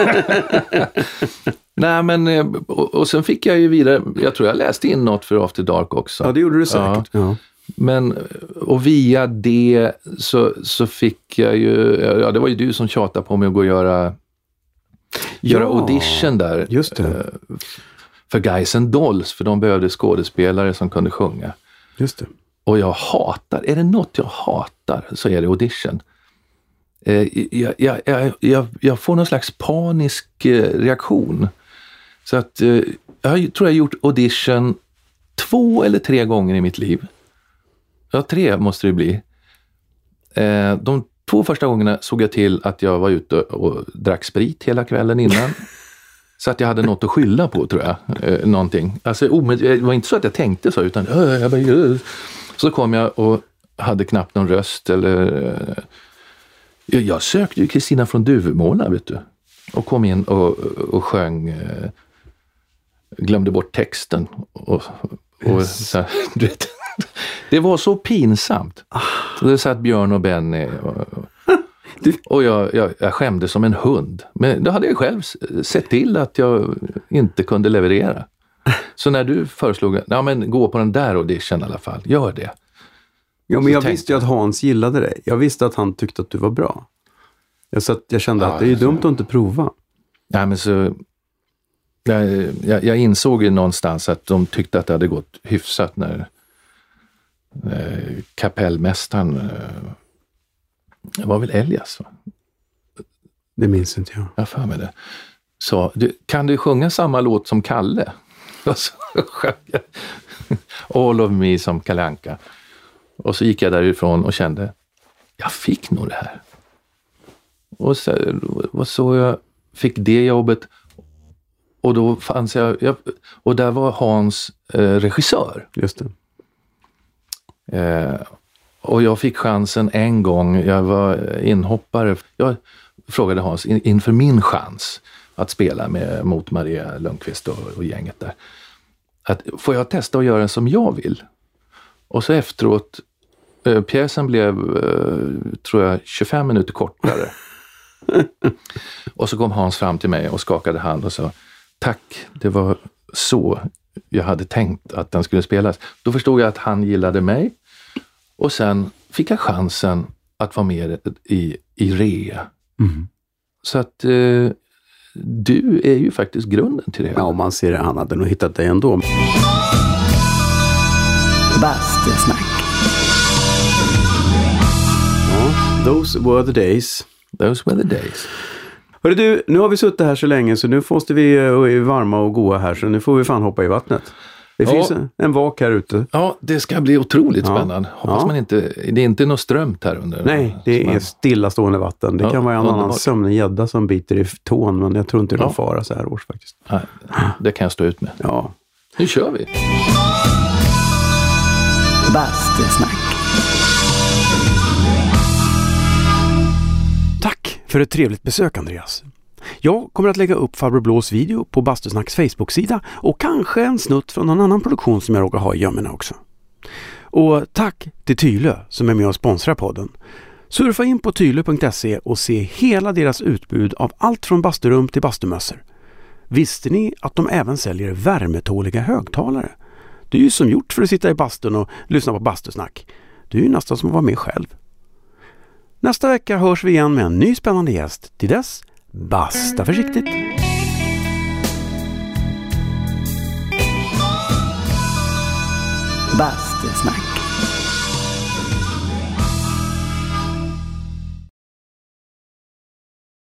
Nej, men och sen fick jag ju vidare, jag tror jag läste in något för After Dark också. Ja, det gjorde du säkert. Ja. Men, och via det så fick jag ju, det var ju du som tjatade på mig att gå och göra audition där. Just det. För Guys and Dolls, för de behövde skådespelare som kunde sjunga. Just det. Och jag är det något jag hatar så är det audition. Jag får någon slags panisk reaktion. Så att jag tror jag gjort audition 2 eller 3 gånger i mitt liv. Ja, 3 måste det bli. De 2 första gångerna såg jag till att jag var ute och drack sprit hela kvällen innan. Så att jag hade något att skylla på, tror jag. Någonting. Alltså, det var inte så att jag tänkte så, utan så kom jag och hade knappt någon röst. Eller jag sökte ju Kristina från Duvemåla, vet du. Och kom in och sjöng, glömde bort texten. Och så här, du vet. Det var så pinsamt. Det satt Björn och Benny och jag skämde som en hund. Men då hade jag själv sett till att jag inte kunde leverera. Så när du föreslog, men gå på den där audition i alla fall, gör det. Ja, men jag visste ju att Hans gillade dig. Jag visste att han tyckte att du var bra. Jag kände att det är ju dumt att inte prova. Nej, men så jag insåg ju någonstans att de tyckte att det hade gått hyfsat när kapellmästaren var väl Elias, va? Det minns inte jag. Jag för mig det. Så, kan du sjunga samma låt som Kalle? Och så sjöng jag All of me som Kalle Anka. Och så gick jag därifrån och kände, jag fick nog det här. Och så jag fick det jobbet. Och då fanns jag och där var Hans regissör. Just det. Och jag fick chansen en gång. Jag var inhoppare. Jag frågade Hans inför min chans att spela mot Maria Lundqvist och gänget där. Att, får jag testa att göra som jag vill? Och så efteråt, pjäsen blev, tror jag, 25 minuter kortare. Och så kom Hans fram till mig och skakade hand och sa, tack, det var så jag hade tänkt att den skulle spelas. Då förstod jag att han gillade mig. Och sen fick jag chansen att vara med i Rea. Mm. Så att du är ju faktiskt grunden till det. Ja, om man ser det, han hade nog hittat dig ändå. Bastusnack. Ja, those were the days. Those were the days. Hörru du, nu har vi suttit här så länge så nu måste vi är varma och goa här, så nu får vi fan hoppa i vattnet. Det finns en vak här ute. Ja, det ska bli otroligt spännande. Hoppas man inte, det är inte något strömt här under. Nej, det är stillastående vatten. Det kan vara en annan sömnig gädda som biter i tån, men jag tror inte det är någon fara så här års faktiskt. Nej, det kan jag stå ut med. Ja. Nu kör vi. Bastusnack. Tack för ett trevligt besök, Andreas. Jag kommer att lägga upp Farbror Blås video på Bastusnacks Facebook-sida och kanske en snutt från någon annan produktion som jag råkar ha i gömmorna också. Och tack till Tylö som är med och sponsrar podden. Surfa in på tylö.se och se hela deras utbud av allt från basturum till bastumössor. Visste ni att de även säljer värmetåliga högtalare? Det är ju som gjort för att sitta i bastun och lyssna på Bastusnack. Det är ju nästan som att vara med själv. Nästa vecka hörs vi igen med en ny spännande gäst. Till dess, basta försiktigt! Bastusnack.